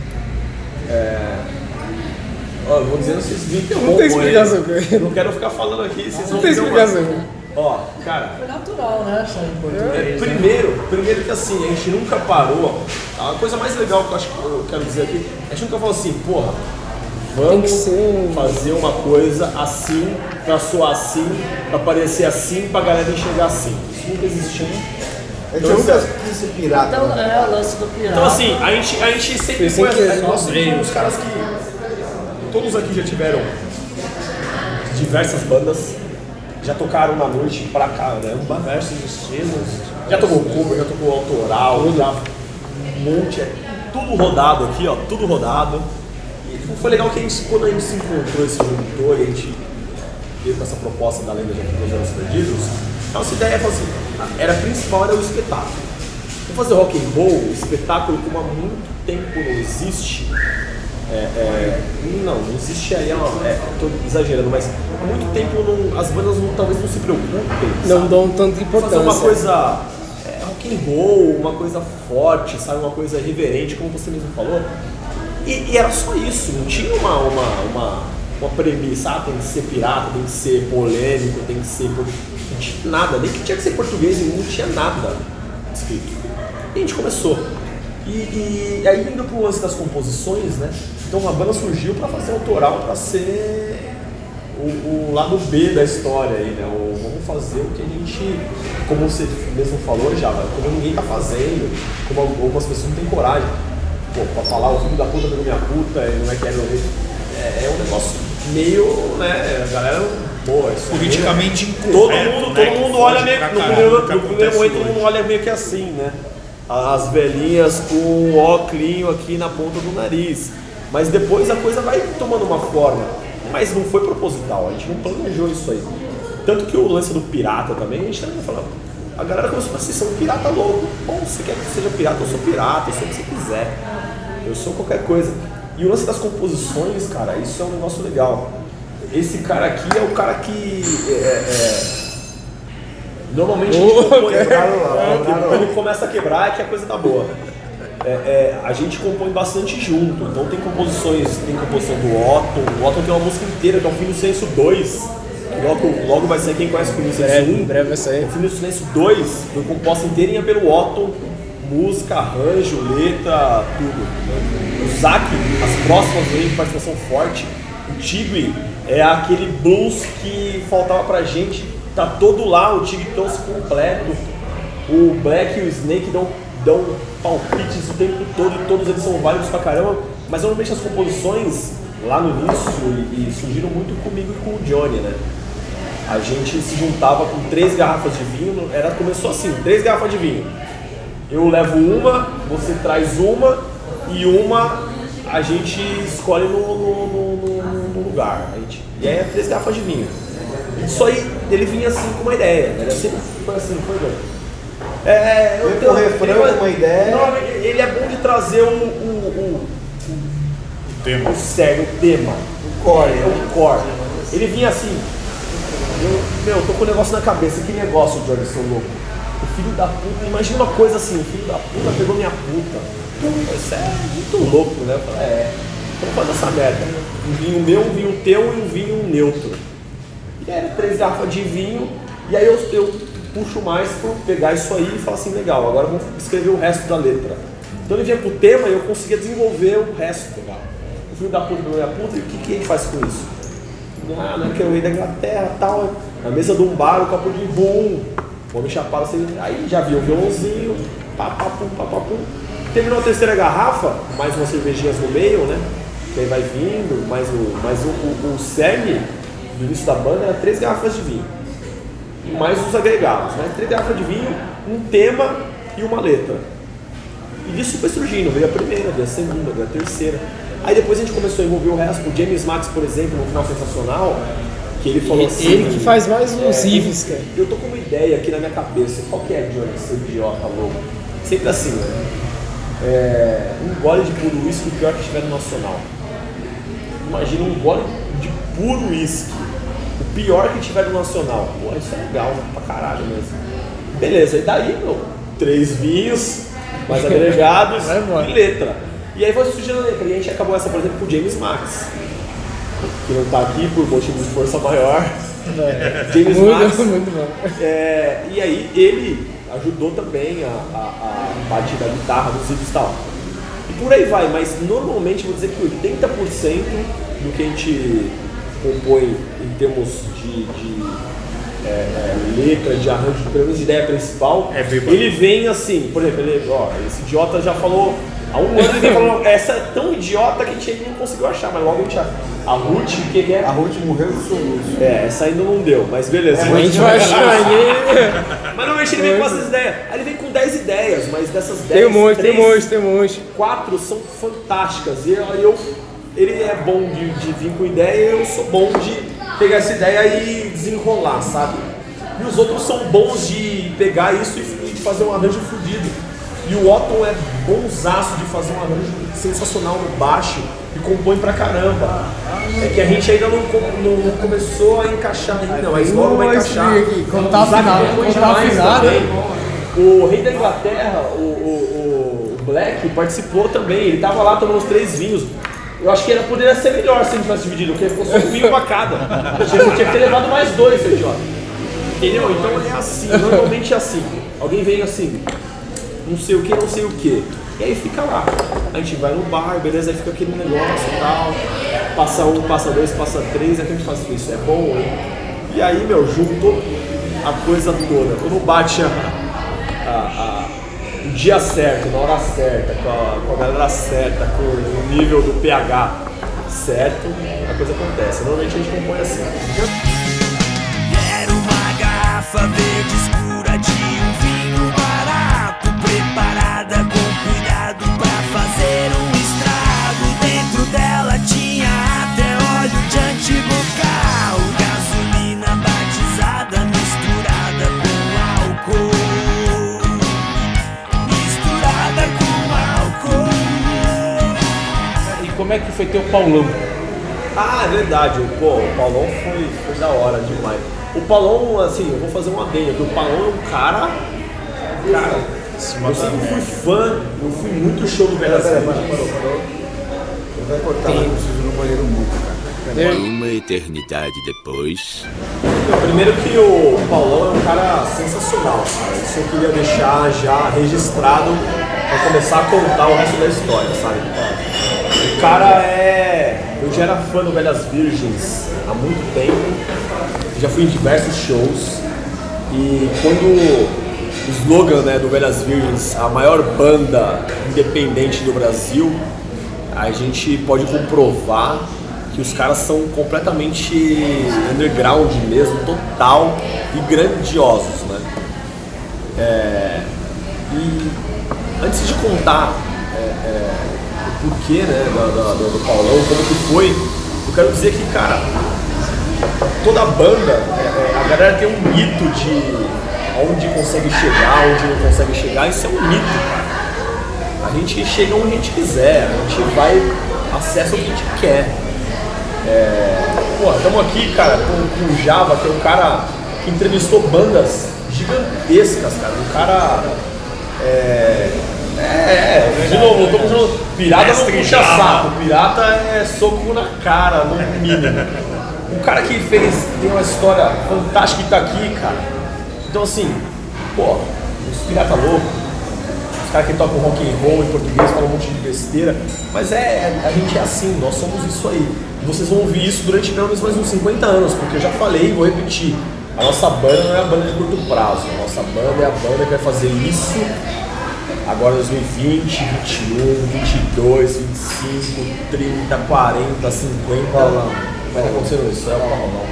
Speaker 5: Vou dizer, vocês me interrompem.
Speaker 6: Não tem explicação.
Speaker 5: Eu não quero ficar falando aqui, vocês vão
Speaker 6: Não tem explicação.
Speaker 5: Cara.
Speaker 8: Foi natural, né? Só em português.
Speaker 5: Primeiro que assim, a gente nunca parou. A coisa mais legal que eu acho que eu quero dizer aqui, a gente nunca falou assim, porra, vamos fazer uma coisa assim, pra soar assim, pra parecer assim, pra galera enxergar assim. Isso nunca existiu.
Speaker 7: A gente nunca quis ser pirata.
Speaker 8: Então,
Speaker 7: né?
Speaker 8: o lance do pirata.
Speaker 5: Então assim, a gente sempre
Speaker 6: Sem
Speaker 5: foi
Speaker 6: querer,
Speaker 5: nós somos os caras que todos aqui já tiveram diversas bandas, já tocaram na noite pra caramba, diversos estilos, já tocou cover, já tocou autoral, já um monte, tudo rodado aqui, ó, tudo rodado. E foi legal que quando a gente se encontrou, se juntou e a gente veio com essa proposta da Lenda de Anos Perdidos, a nossa ideia era principal era o espetáculo. Vamos fazer rock and roll, o espetáculo como há muito tempo não existe. Não existe aí, estou exagerando, mas há muito tempo as bandas talvez não se preocupem.
Speaker 6: Não dão tanta importância.
Speaker 5: Fazer uma coisa rock and roll, uma coisa forte, sabe, uma coisa reverente, como você mesmo falou. E era só isso, não tinha uma premissa, tem que ser pirata, tem que ser polêmico, tem que ser. Não tinha nada, nem que tinha que ser português, não tinha nada escrito. E a gente começou. E aí indo pro lance das composições, né? Então a banda surgiu para fazer autoral, para ser o lado B da história aí, né? Vamos fazer o que a gente, como você mesmo falou já, como ninguém tá fazendo, como algumas pessoas não têm coragem. Pô, pra falar o filho da puta pegou minha puta, não é que é um negócio meio, né? A galera Pô, isso
Speaker 4: politicamente incorreto.
Speaker 5: Todo mundo olha meio no primeiro momento todo mundo olha meio que assim, né? As velhinhas com o óculos aqui na ponta do nariz. Mas depois a coisa vai tomando uma forma. Mas não foi proposital, a gente não planejou isso aí. Tanto que o lance do pirata também, a gente também falou. A galera começou a falar assim, você é um pirata louco. Bom, você quer que eu seja pirata, eu sou pirata, eu sou o que você quiser. Eu sou qualquer coisa. E o lance das composições, cara, isso é um negócio legal. Esse cara aqui é o cara que normalmente a gente compõe, quando começa a quebrar é que a coisa tá boa. A gente compõe bastante junto, então tem composição do Otton. O Otton tem uma música inteira que é o Fim do Silêncio 2. Logo vai ser, quem conhece o Fim do Silêncio 1.
Speaker 6: Em breve vai sair.
Speaker 5: O Fim do Silêncio 2 foi composta inteirinha pelo Otton, música, arranjo, letra, tudo. O Zac, as próximas vezes de participação forte. O Tigre é aquele blues que faltava pra gente, tá todo lá, o Tigre trouxe completo. O Black e o Snake dão palpites o tempo todo e todos eles são válidos pra caramba, mas normalmente as composições lá no início e surgiram muito comigo e com o Johnny, né? A gente se juntava com 3 garrafas de vinho, começou assim, 3 garrafas de vinho. Eu levo uma, você traz uma e uma a gente escolhe no lugar. E aí é 3 garrafas de vinho. Isso aí, ele vinha assim com uma ideia, era sempre foi assim, foi bom.
Speaker 7: Eu tenho um refrão, uma ideia.
Speaker 5: Não, ele é bom de trazer o
Speaker 4: tema.
Speaker 5: O sério, o tema.
Speaker 7: O core.
Speaker 5: O core. Ele vinha assim. Eu tô com um negócio na cabeça. Que negócio, Johnny, seu louco? O filho da puta. Imagina uma coisa assim: o filho da puta pegou minha puta. Isso é muito louco, né? Eu falei, vamos fazer essa merda. Um vinho meu, um vinho teu e um vinho neutro. E era 3 garrafas de vinho. E aí eu puxo mais por pegar isso aí e falar assim, legal, agora vamos escrever o resto da letra. Então ele vinha com o tema e eu conseguia desenvolver o resto. Legal. O filho da puta, minha puta, e o que ele faz com isso? Não é que é o rei da Inglaterra, tal. Na mesa de um bar, o copo de boom, vou me chapar assim, aí já vi o violãozinho, papapum, papapum. Terminou a 3ª garrafa, mais umas cervejinhas no meio, né? Que aí vai vindo, mas o cerne do início da banda era 3 garrafas de vinho. Mais os agregados, né? 3 garrafas de vinho, um tema e uma letra. E disso foi surgindo, veio a primeira, veio a segunda, veio a terceira. Aí depois a gente começou a envolver o resto. O James Max, por exemplo, no final sensacional, que ele falou assim...
Speaker 6: Ele que faz mais os riffs, cara.
Speaker 5: Eu tô com uma ideia aqui na minha cabeça. Qual que é, Johnny, seu idiota louco? Sempre assim, né? Um gole de puro uísque, o pior que estiver no Nacional. Imagina um gole de puro uísque. O pior que tiver no Nacional. Pô, isso é legal, né? Pra caralho mesmo. Beleza, e daí, 3 vinhos, mais agregados e letra. E aí foi surgindo a letra. E a gente acabou essa, por exemplo, com o James Max, que não tá aqui por motivo de força maior. James Max.
Speaker 6: Muito bom.
Speaker 5: E aí ele ajudou também a parte da guitarra, dos riffs e tal. E por aí vai, mas normalmente vou dizer que 80% do que a gente compõe em termos de letra, de arranjo, pelo menos de ideia principal, ele vem assim, por exemplo, esse idiota já falou, há um ano ele vem falando, essa é tão idiota que a gente não conseguiu achar, mas logo a gente a Ruth, o que é?
Speaker 7: A Ruth morreu do soluço.
Speaker 5: Essa ainda não deu, mas beleza.
Speaker 6: A gente vai achar aí.
Speaker 5: Mas normalmente ele vem com essas ideias, aí ele vem com 10 ideias, mas dessas 10,
Speaker 6: tem um monte.
Speaker 5: 4 são fantásticas, e ele é bom de vir com ideia e eu sou bom de pegar essa ideia e desenrolar, sabe? E os outros são bons de pegar isso e fazer um arranjo fodido. E o Otton é bonzaço de fazer um arranjo sensacional no baixo e compõe pra caramba. É que a gente ainda não começou a encaixar ainda, mas logo vai encaixar.
Speaker 6: Quando tá afinado.
Speaker 5: O rei da Inglaterra, o Black, participou também. Ele tava lá tomando os 3 vinhos. Eu acho que poderia ser melhor se a gente tivesse dividido, porque fosse um vinho pra cada. Você tinha que ter levado mais 2, seu idiota. Entendeu? Então é assim, normalmente é assim. Alguém vem assim, não sei o que. E aí fica lá. A gente vai no bar, beleza, aí fica aquele negócio e tal. Passa 1, passa 2, passa 3, aí a gente faz isso, é bom, hein? E aí, juntou a coisa toda. Quando bate o dia certo, na hora certa, com a galera certa, com o nível do pH certo, a coisa acontece. Normalmente a gente compõe assim.
Speaker 1: garrafa verde escura de um vinho barato, preparada com cuidado pra fazer um estrago. Dentro dela tinha até óleo de antigo carro, gasolina batizada misturada com álcool, misturada com álcool.
Speaker 3: E como é que foi ter o Paulão?
Speaker 5: Ah, é verdade, o Paulão foi da hora demais. O Paulão, assim, eu vou fazer uma adenda, porque o Paulão é um cara, eu sempre fui fã, eu fui muito show do Velhas Virgens.
Speaker 7: Vai cortar, eu preciso ir no banheiro muito, cara.
Speaker 1: Uma eternidade depois.
Speaker 5: Primeiro que o Paulão é um cara sensacional, cara. Isso eu queria deixar já registrado pra começar a contar o resto da história, sabe? O cara eu já era fã do Velhas Virgens há muito tempo, já fui em diversos shows e quando o slogan, né, do Velhas Virgens, a maior banda independente do Brasil, a gente pode comprovar que os caras são completamente underground mesmo, total e grandiosos, né? E antes de contar o porquê, né, do Paulão, como que foi, eu quero dizer que, cara, toda a banda, a galera tem um mito de onde consegue chegar, onde não consegue chegar, isso é um mito, cara. A gente chega onde a gente quiser, a gente vai, acessa o que a gente quer. Estamos aqui, cara, com o Java, que é um cara que entrevistou bandas gigantescas, cara. Um cara. De novo, eu tô com pirata não puxa saco, pirata é soco na cara, no mínimo. Um cara que tem uma história fantástica e tá aqui, cara. Então assim, os pirata louco, os caras que tocam rock and roll em português, falam um monte de besteira, mas a gente é assim, nós somos isso aí. E vocês vão ouvir isso durante pelo menos mais uns 50 anos, porque eu já falei e vou repetir. A nossa banda não é a banda de curto prazo, a nossa banda é a banda que vai fazer isso agora 2020, 21, 22, 25, 30, 40, 50. Vai estar acontecendo isso, é o Paulão.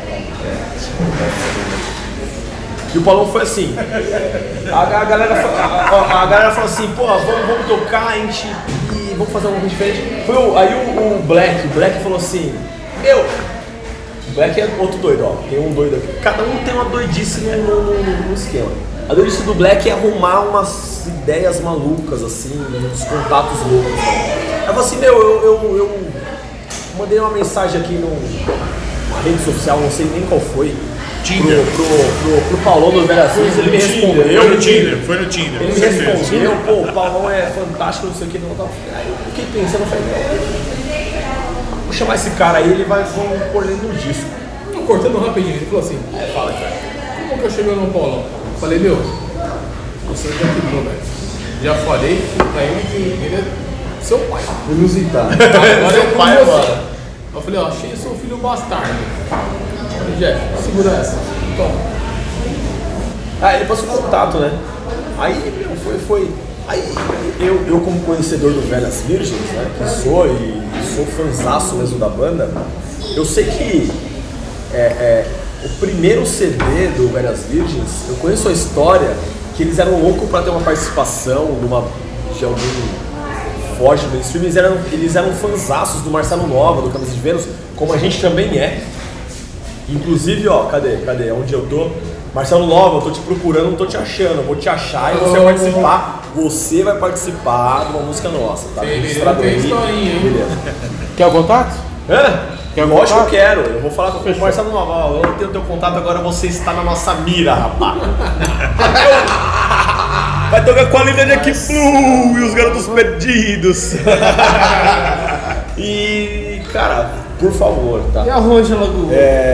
Speaker 5: E o Paulão foi assim. A galera falou assim, vamos tocar, e vamos fazer alguma coisa diferente. Aí o Black falou assim, o Black é outro doido, ó. Tem um doido aqui. Cada um tem uma doidice no esquema. A doidice do Black é arrumar umas ideias malucas, assim, uns contatos loucos. Aí eu falei assim, eu mandei uma mensagem aqui numa rede social, não sei nem qual foi.
Speaker 3: Tinder.
Speaker 5: Pro Paulão do Velhas Virgens, ele me respondeu.
Speaker 3: Foi no Tinder.
Speaker 5: Ele me respondeu, o Paulão é fantástico, não sei o que. Aí eu fiquei pensando, eu falei, vou chamar esse cara aí, vamos pôr ele no disco.
Speaker 3: Cortando rapidinho, ele falou assim,
Speaker 5: Fala, cara.
Speaker 3: como que eu cheguei no Paulão? Eu falei, você já quebrou, velho. Já falei pra ele que ele é seu pai.
Speaker 7: Inusitado.
Speaker 3: Agora
Speaker 5: Seu
Speaker 3: é
Speaker 5: pai
Speaker 3: com você.
Speaker 5: agora.
Speaker 3: Eu falei, achei seu filho bastardo. Eu falei, Jeff, segura essa. Toma.
Speaker 5: Ele passou contato, né? Aí, foi. Aí, eu como conhecedor do Velhas Virgens, né, que sou fãzaço mesmo da banda, eu sei que o primeiro CD do Velhas Virgens, eu conheço a história que eles eram loucos pra ter uma participação de algum forte do mainstream, eles eram fãzaços do Marcelo Nova, do Camisa de Vênus, como a gente também é. Inclusive, ó, cadê? Onde eu tô? Marcelo Nova, eu tô te procurando, não tô te achando. Eu vou te achar e você vai participar. Você vai participar de uma música nossa, tá?
Speaker 3: Tem historinha, hein?
Speaker 5: Beleza.
Speaker 3: Quer o contato?
Speaker 5: Lógico que eu quero. Eu vou falar com o Marcelo Nova. Ó, eu tenho teu contato agora, você está na nossa mira, rapaz. Vai tocar com a linda Jack Blue e os Garotos Perdidos. E, cara, por favor, tá?
Speaker 3: E a Rôngela Lagoa?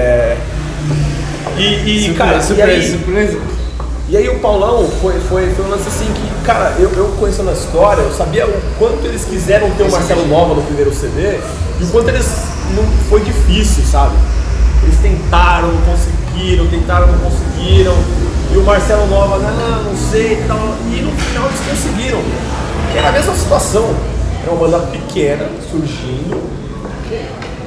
Speaker 5: Cara,
Speaker 3: surpresa.
Speaker 5: E aí o Paulão foi um lance assim que, cara, eu conhecendo a história, eu sabia o quanto eles quiseram ter o Marcelo Nova no primeiro CD e o quanto não foi difícil, sabe? Eles tentaram, não conseguiram, e o Marcelo Nova, não sei e tal, e no final eles conseguiram. Era a mesma situação, era uma banda pequena, surgindo,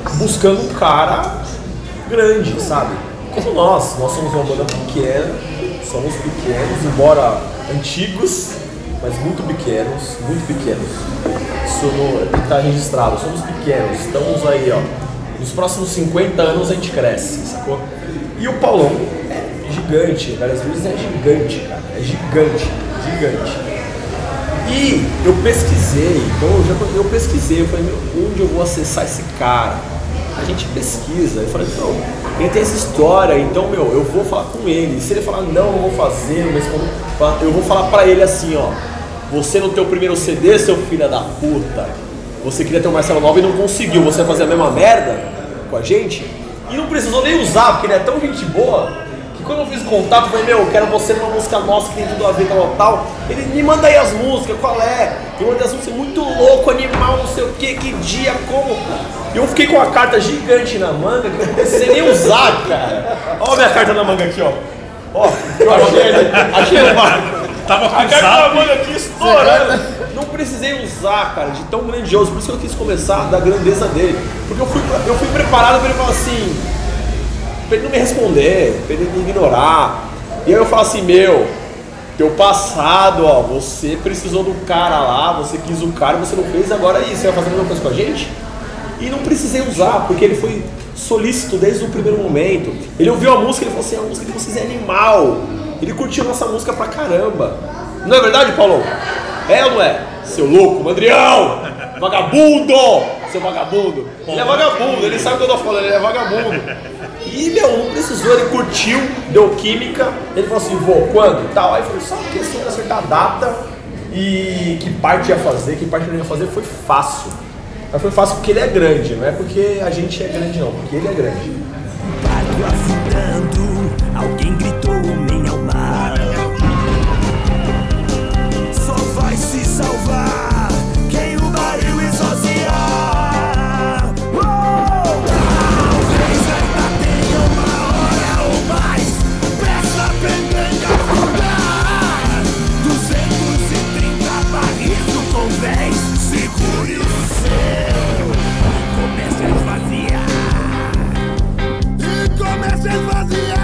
Speaker 5: buscando um cara grande, sabe? Como nós somos uma banda pequena, Somos pequenos, embora antigos, mas muito pequenos, muito pequenos. Isso tem que estar registrado, somos pequenos, estamos aí, ó. Nos próximos 50 anos a gente cresce, sacou? E o Paulão é gigante, várias vezes é gigante, cara. É gigante, gigante. E eu pesquisei, então eu pesquisei, eu falei, meu, onde eu vou acessar esse cara? A gente pesquisa, eu falei, não, ele tem essa história, então, meu, eu vou falar com ele. Se ele falar, não vou fazer, mas eu vou falar pra ele assim, ó, você no teu primeiro CD, seu filho da puta, você queria ter o Marcelo Nova e não conseguiu, você vai fazer a mesma merda com a gente? E não precisou nem usar, porque ele é tão gente boa, que quando eu fiz contato, eu falei, meu, eu quero você numa música nossa que tem tudo a ver com tal. Ele me manda aí as músicas, qual é? Tem uma das músicas muito louco, animal, não sei o que dia, como. E eu fiquei com a carta gigante na manga, que eu não precisei nem usar, cara. Olha a minha carta na manga aqui, ó. Ó, eu achei uma...
Speaker 4: Tava
Speaker 5: a carta na manga aqui estourando. Não precisei usar, cara, de tão grandioso. Por isso que eu quis começar da grandeza dele. Porque eu fui preparado pra ele falar assim, pra ele não me responder, pra ele me ignorar. E aí eu falo assim, meu, teu passado, ó, você precisou do cara lá, você quis o cara, você não fez, agora aí, você vai fazer a mesma coisa com a gente? E não precisei usar, porque ele foi solícito desde o primeiro momento. Ele ouviu a música e ele falou assim, a música de vocês é animal. Ele curtiu nossa música pra caramba. Não é verdade, Paulo? É ou não é? Seu louco, Mandrião! Vagabundo! Seu vagabundo! Ele é vagabundo, ele sabe o que eu tô falando, ele é vagabundo. E, meu, não precisou, ele curtiu, deu química. Ele falou assim, vô, quando? E tal. Aí eu falei, só questão de acertar a data e que parte ia fazer, que parte não ia fazer, foi fácil. Mas foi fácil porque ele é grande, não é porque a gente é grande não, porque ele é grande.
Speaker 1: Barco afundando, alguém gritou homem ao mar. Só vai se salvar quem o barril esvaziar. Talvez ainda tenha uma hora ou mais pressa pendendo afundar. 230 barris do convés, segure o seu e comece a esvaziar. Comece a esvaziar.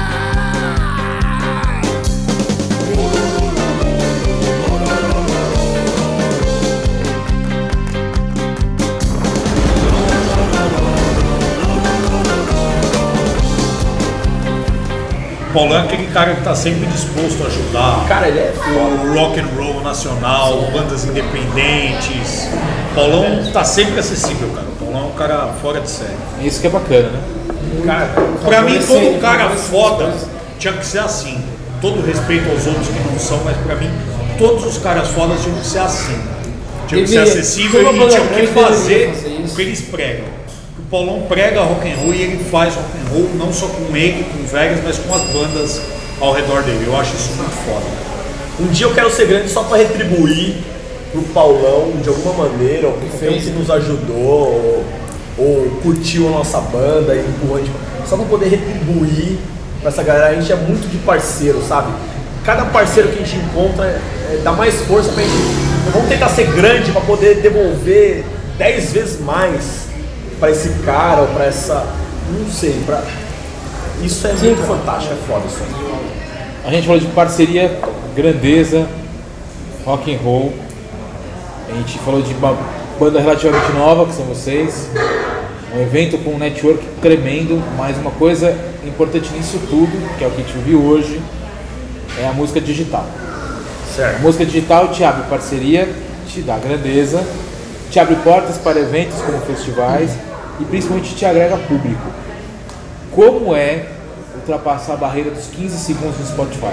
Speaker 4: Paulão é aquele cara que tá sempre disposto a ajudar.
Speaker 5: Cara, ele é
Speaker 4: o rock and roll nacional, bandas independentes. Paulão tá sempre acessível, cara. O Paulão é um cara fora de série.
Speaker 3: Isso que é bacana, né?
Speaker 4: Cara, pra mim todo cara foda tinha que ser assim. Todo respeito aos outros que não são, mas pra mim todos os caras fodas tinham que ser assim. Tinham que ser acessível e tinham que fazer o que eles pregam. O Paulão prega rock and roll e ele faz rock and roll não só com ele, com Vegas, mas com as bandas ao redor dele. Eu acho isso muito foda.
Speaker 5: Um dia eu quero ser grande só pra retribuir pro Paulão de alguma maneira, ou qualquer um que nos ajudou, ou curtiu a nossa banda e empurrou a gente, só pra poder retribuir pra essa galera. A gente é muito de parceiro, sabe? Cada parceiro que a gente encontra dá mais força pra gente. Vamos tentar ser grande pra poder devolver 10 vezes mais pra esse cara ou pra essa. Não sei, pra. Isso é muito fantástico, é foda isso aí.
Speaker 3: A gente falou de parceria, grandeza, rock and roll. A gente falou de uma banda relativamente nova, que são vocês. Um evento com um network tremendo, mas uma coisa importante nisso tudo, que é o que a gente viu hoje, é a música digital.
Speaker 5: Certo.
Speaker 3: A música digital te abre parceria, te dá grandeza, te abre portas para eventos como festivais e principalmente te agrega público. Como é ultrapassar a barreira dos 15 segundos no Spotify?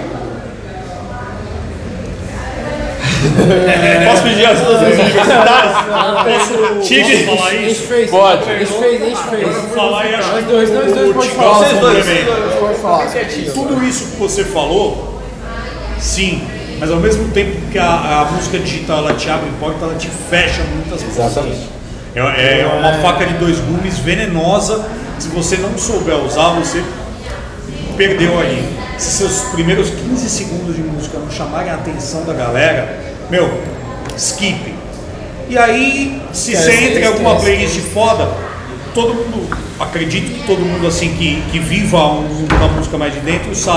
Speaker 5: Posso pedir as suas universidades?
Speaker 4: Posso falar isso?
Speaker 3: Pode.
Speaker 6: A gente fez.
Speaker 4: Falar e acho que
Speaker 6: Nós dois pode
Speaker 4: Tigal
Speaker 6: falar.
Speaker 4: complementa.
Speaker 6: Pode falar.
Speaker 4: Tudo isso que você falou, sim, mas ao mesmo tempo que a música digital ela te abre porta, ela te fecha muitas portas.
Speaker 3: Exatamente.
Speaker 4: É uma faca de dois gumes venenosa. Se você não souber usar, você perdeu ali. Se seus primeiros 15 segundos de música não chamarem a atenção da galera, meu, skip. E aí, se você entra em alguma playlist foda, todo mundo, acredito que todo mundo assim que viva um mundo da música mais de dentro sabe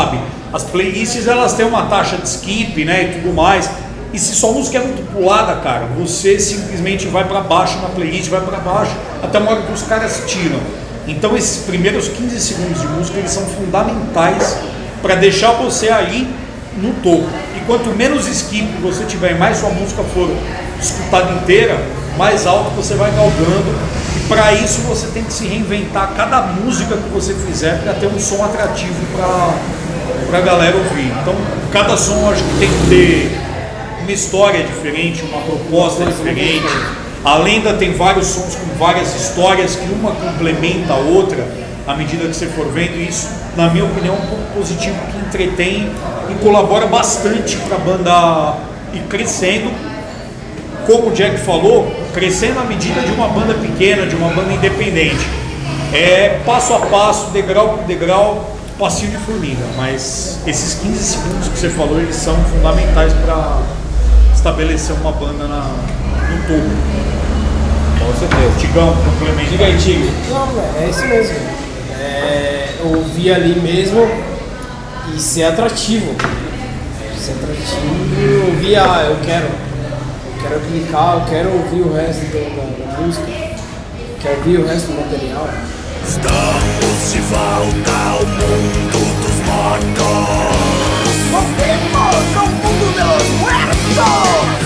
Speaker 4: as playlists elas têm uma taxa de skip, né, e tudo mais. E se sua música é muito pulada, cara, você simplesmente vai para baixo na playlist, vai para baixo, até uma hora que os caras tiram. Então esses primeiros 15 segundos de música, eles são fundamentais para deixar você ali no topo. E quanto menos skip você tiver e mais sua música for escutada inteira, mais alto você vai galgando. E para isso você tem que se reinventar cada música que você fizer para ter um som atrativo para a galera ouvir. Então cada som acho que tem que ter uma história diferente, uma proposta diferente. A lenda tem vários sons com várias histórias que uma complementa a outra à medida que você for vendo. E isso, na minha opinião, é um ponto positivo que entretém e colabora bastante para a banda ir crescendo. Como o Jack falou, crescendo à medida de uma banda pequena, de uma banda independente. É passo a passo, degrau por degrau, passinho de formiga. Mas esses 15 segundos que você falou, eles são fundamentais para estabelecer uma banda no topo.
Speaker 3: Com certeza.
Speaker 4: Tigão, complemento.
Speaker 6: Diga aí, Tigre. Não, é isso mesmo. Ouvir ali mesmo e ser atrativo. Ser atrativo, ouvir, eu quero clicar, eu quero ouvir o resto da música, quero ouvir o resto do material.
Speaker 1: Estamos de volta ao mundo dos mortos.
Speaker 9: Volvemos ao mundo dos muertos.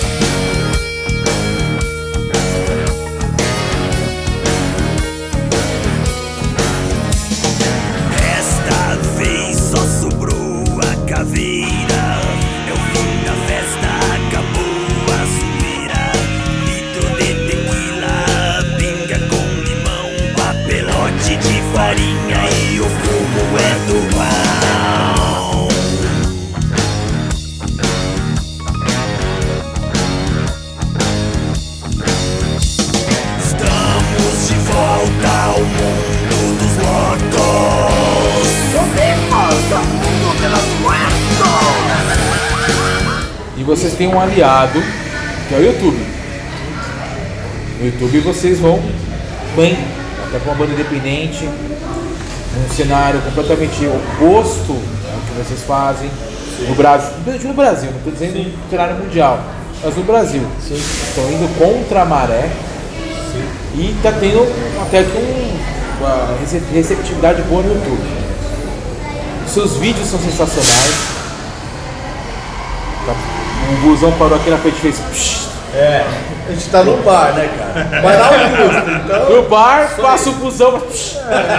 Speaker 1: Desta vez só sobrou a caveira. É o fim da festa, acabou a zoeira. Litro de tequila, pinga com limão, papelote de farinha e o fumo é do mal. Estamos de volta ao mundo dos mortos.
Speaker 9: Volvemos ao mundo dos muertos.
Speaker 3: E vocês têm um aliado, que é o YouTube. No YouTube vocês vão bem, até com uma banda independente, um cenário completamente oposto ao que vocês fazem no Brasil. No Brasil, não estou dizendo no cenário mundial, mas no Brasil. Estão indo contra a maré. E está tendo até uma receptividade boa no YouTube. Seus vídeos são sensacionais. O busão parou aqui na frente e fez psh.
Speaker 7: A gente tá no bar, né, cara? Vai lá o custo, então.
Speaker 3: No bar, passa o busão. Psh.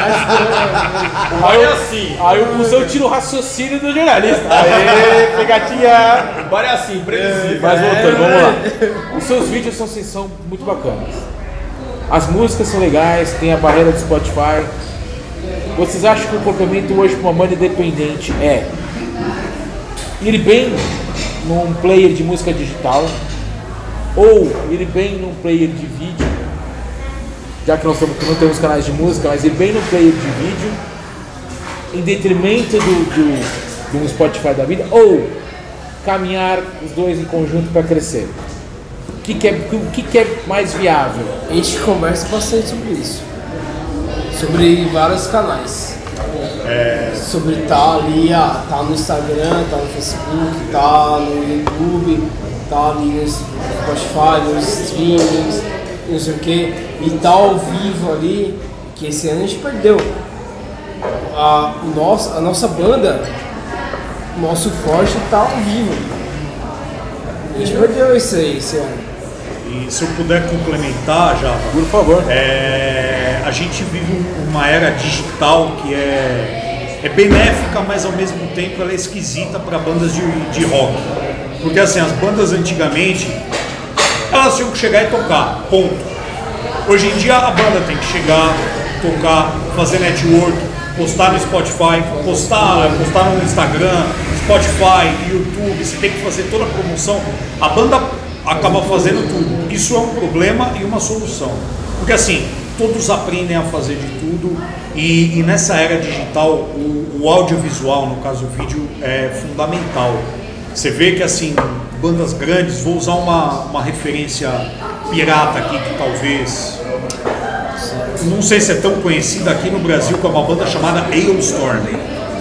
Speaker 3: Aí o busão tira o raciocínio do jornalista. Aê, pegadinha!
Speaker 5: O bar é assim, previsível.
Speaker 3: Mas voltando, vamos lá. Os seus vídeos são muito bacanas. As músicas são legais, tem a barreira do Spotify. Vocês acham que o complemento hoje para uma banda independente é ir bem num player de música digital ou ir bem num player de vídeo, já que não temos canais de música, mas ir bem num player de vídeo em detrimento do Spotify da vida, ou caminhar os dois em conjunto para crescer? O que é mais viável?
Speaker 6: A gente conversa bastante sobre isso, sobre vários canais, sobre tá ali, tá no Instagram, tá no Facebook, tá no YouTube, tá ali no Spotify, nos streamings, não sei o que, e tá ao vivo ali, que esse ano a gente perdeu. A nossa banda, o nosso forte tá ao vivo. A gente perdeu isso aí esse ano.
Speaker 4: E se eu puder complementar, já,
Speaker 3: Por favor.
Speaker 4: a gente vive uma era digital que é benéfica, mas ao mesmo tempo ela é esquisita para bandas de rock. Porque assim, as bandas antigamente, elas tinham que chegar e tocar, ponto. Hoje em dia a banda tem que chegar, tocar, fazer network, postar no Spotify, postar no Instagram, Spotify, YouTube, você tem que fazer toda a promoção. A banda acaba fazendo tudo. Isso é um problema e uma solução. Porque assim, todos aprendem a fazer de tudo e nessa era digital o audiovisual, no caso o vídeo, é fundamental. Você vê que assim, bandas grandes, vou usar uma referência pirata aqui que talvez, não sei se é tão conhecida aqui no Brasil, que é uma banda chamada Hailstorm.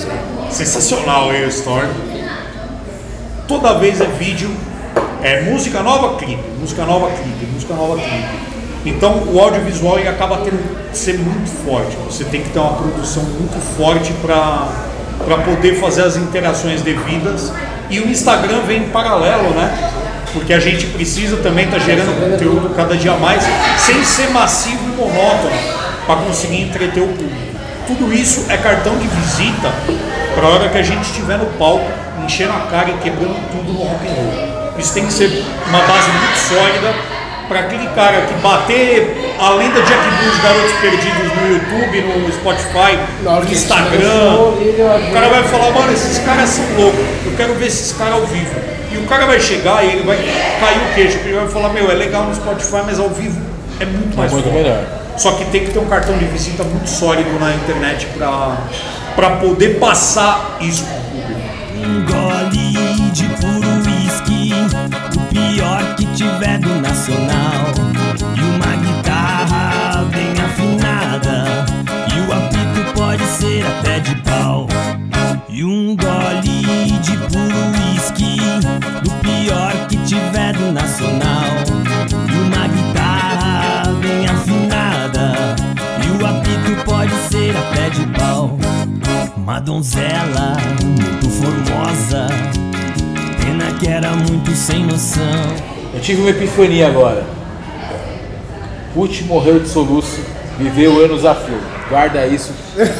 Speaker 4: sensacional aí o Storm. Toda vez é vídeo, é música nova, clipe, música nova, clipe, música nova, clipe. Então o audiovisual ele acaba tendo que ser muito forte. Você tem que ter uma produção muito forte para poder fazer as interações devidas. E o Instagram vem em paralelo, né? Porque a gente precisa também estar gerando conteúdo cada dia mais, sem ser massivo e monótono, para conseguir entreter o público. Tudo isso é cartão de visita para a hora que a gente estiver no palco, enchendo a cara e quebrando tudo no rock and roll. Isso tem que ser uma base muito sólida para aquele cara que bater a lenda Jack Blue, os Garotos Perdidos no YouTube, no Spotify, no Instagram. O cara vai falar, mano, esses caras são loucos, eu quero ver esses caras ao vivo. E o cara vai chegar e ele vai cair o queixo, porque ele vai falar, meu, é legal no Spotify, mas ao vivo é muito mais forte.
Speaker 3: Melhor.
Speaker 4: Só que tem que ter um cartão de visita muito sólido na internet para poder passar isso pro público.
Speaker 1: Um gole de puro whisky, o pior que tiver do nacional. E uma guitarra bem afinada, e o apito pode ser até de pau. E um gole de puro whisky, do pior que tiver do nacional. E uma guitarra bem afinada, e o apito pode ser até de pau. Uma donzela muito formosa, pena que era muito sem noção.
Speaker 3: Eu tive uma epifania agora. Pucci morreu de soluço, viveu anos a fio. Guarda isso.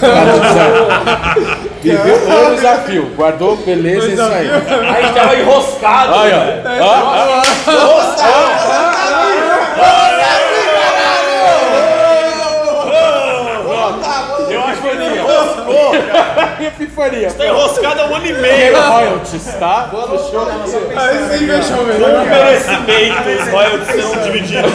Speaker 3: Viveu anos a fio. Guardou, beleza, é isso aí.
Speaker 5: Aí tava enroscado.
Speaker 3: Olha, epifania.
Speaker 5: Está enroscado há um ano e meio.
Speaker 3: Quero royalties, tá? Fechou?
Speaker 6: Aí sim, fechou mesmo.
Speaker 5: Com merecimento, os royalties serão divididos.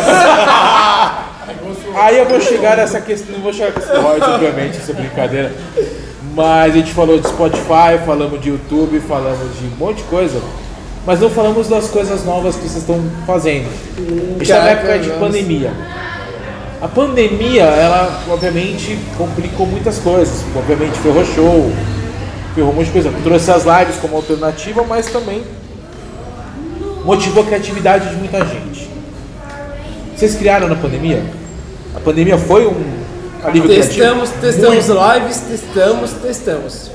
Speaker 3: Aí eu vou chegar nessa questão, não vou chegar com esse royalties, obviamente, isso é brincadeira. Mas a gente falou de Spotify, falamos de YouTube, falamos de um monte de coisa. Mas não falamos das coisas novas que vocês estão fazendo. A gente está na época de pandemia. A pandemia, ela obviamente complicou muitas coisas. Obviamente ferrou show, ferrou um monte de coisa. Trouxe as lives como alternativa, mas também motivou a criatividade de muita gente. Vocês criaram na pandemia? A pandemia foi um alívio criativo?
Speaker 6: Testamos lives, testamos.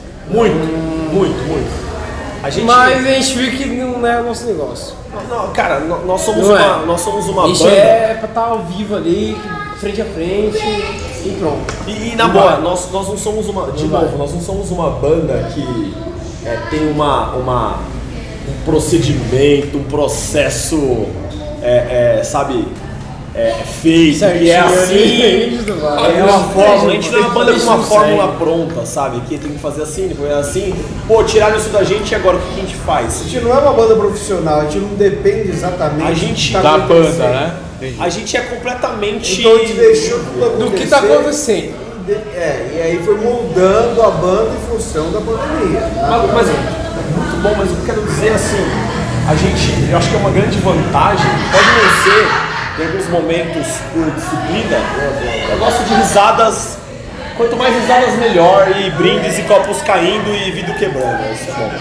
Speaker 5: Muito.
Speaker 6: Mas a gente viu que não é o nosso negócio.
Speaker 5: Não, cara, nós somos uma
Speaker 6: A gente
Speaker 5: banda.
Speaker 6: é pra estar ao vivo ali, frente a frente e pronto.
Speaker 5: E na boa, nós não somos uma. De novo, nós não somos uma banda que tem um procedimento, um processo, sabe, feito, que é assim. É uma fórmula. A gente não é uma banda com uma fórmula pronta, sabe? Que tem que fazer assim, depois assim. Pô, tiraram isso da gente e agora o que a gente faz?
Speaker 7: A gente não é uma banda profissional, a gente não depende exatamente
Speaker 5: A gente
Speaker 3: Da banda, né?
Speaker 5: A gente é completamente.
Speaker 7: Então a gente deixou tudo acontecer.
Speaker 6: Do que tá acontecendo.
Speaker 7: E aí foi moldando a banda em função da pandemia.
Speaker 5: Mas muito bom, mas eu quero dizer assim, eu acho que é uma grande vantagem, pode não ser, em alguns momentos, por disciplina, eu gosto de risadas, quanto mais risadas melhor, e brindes e copos caindo e vidro quebrando, isso é bom.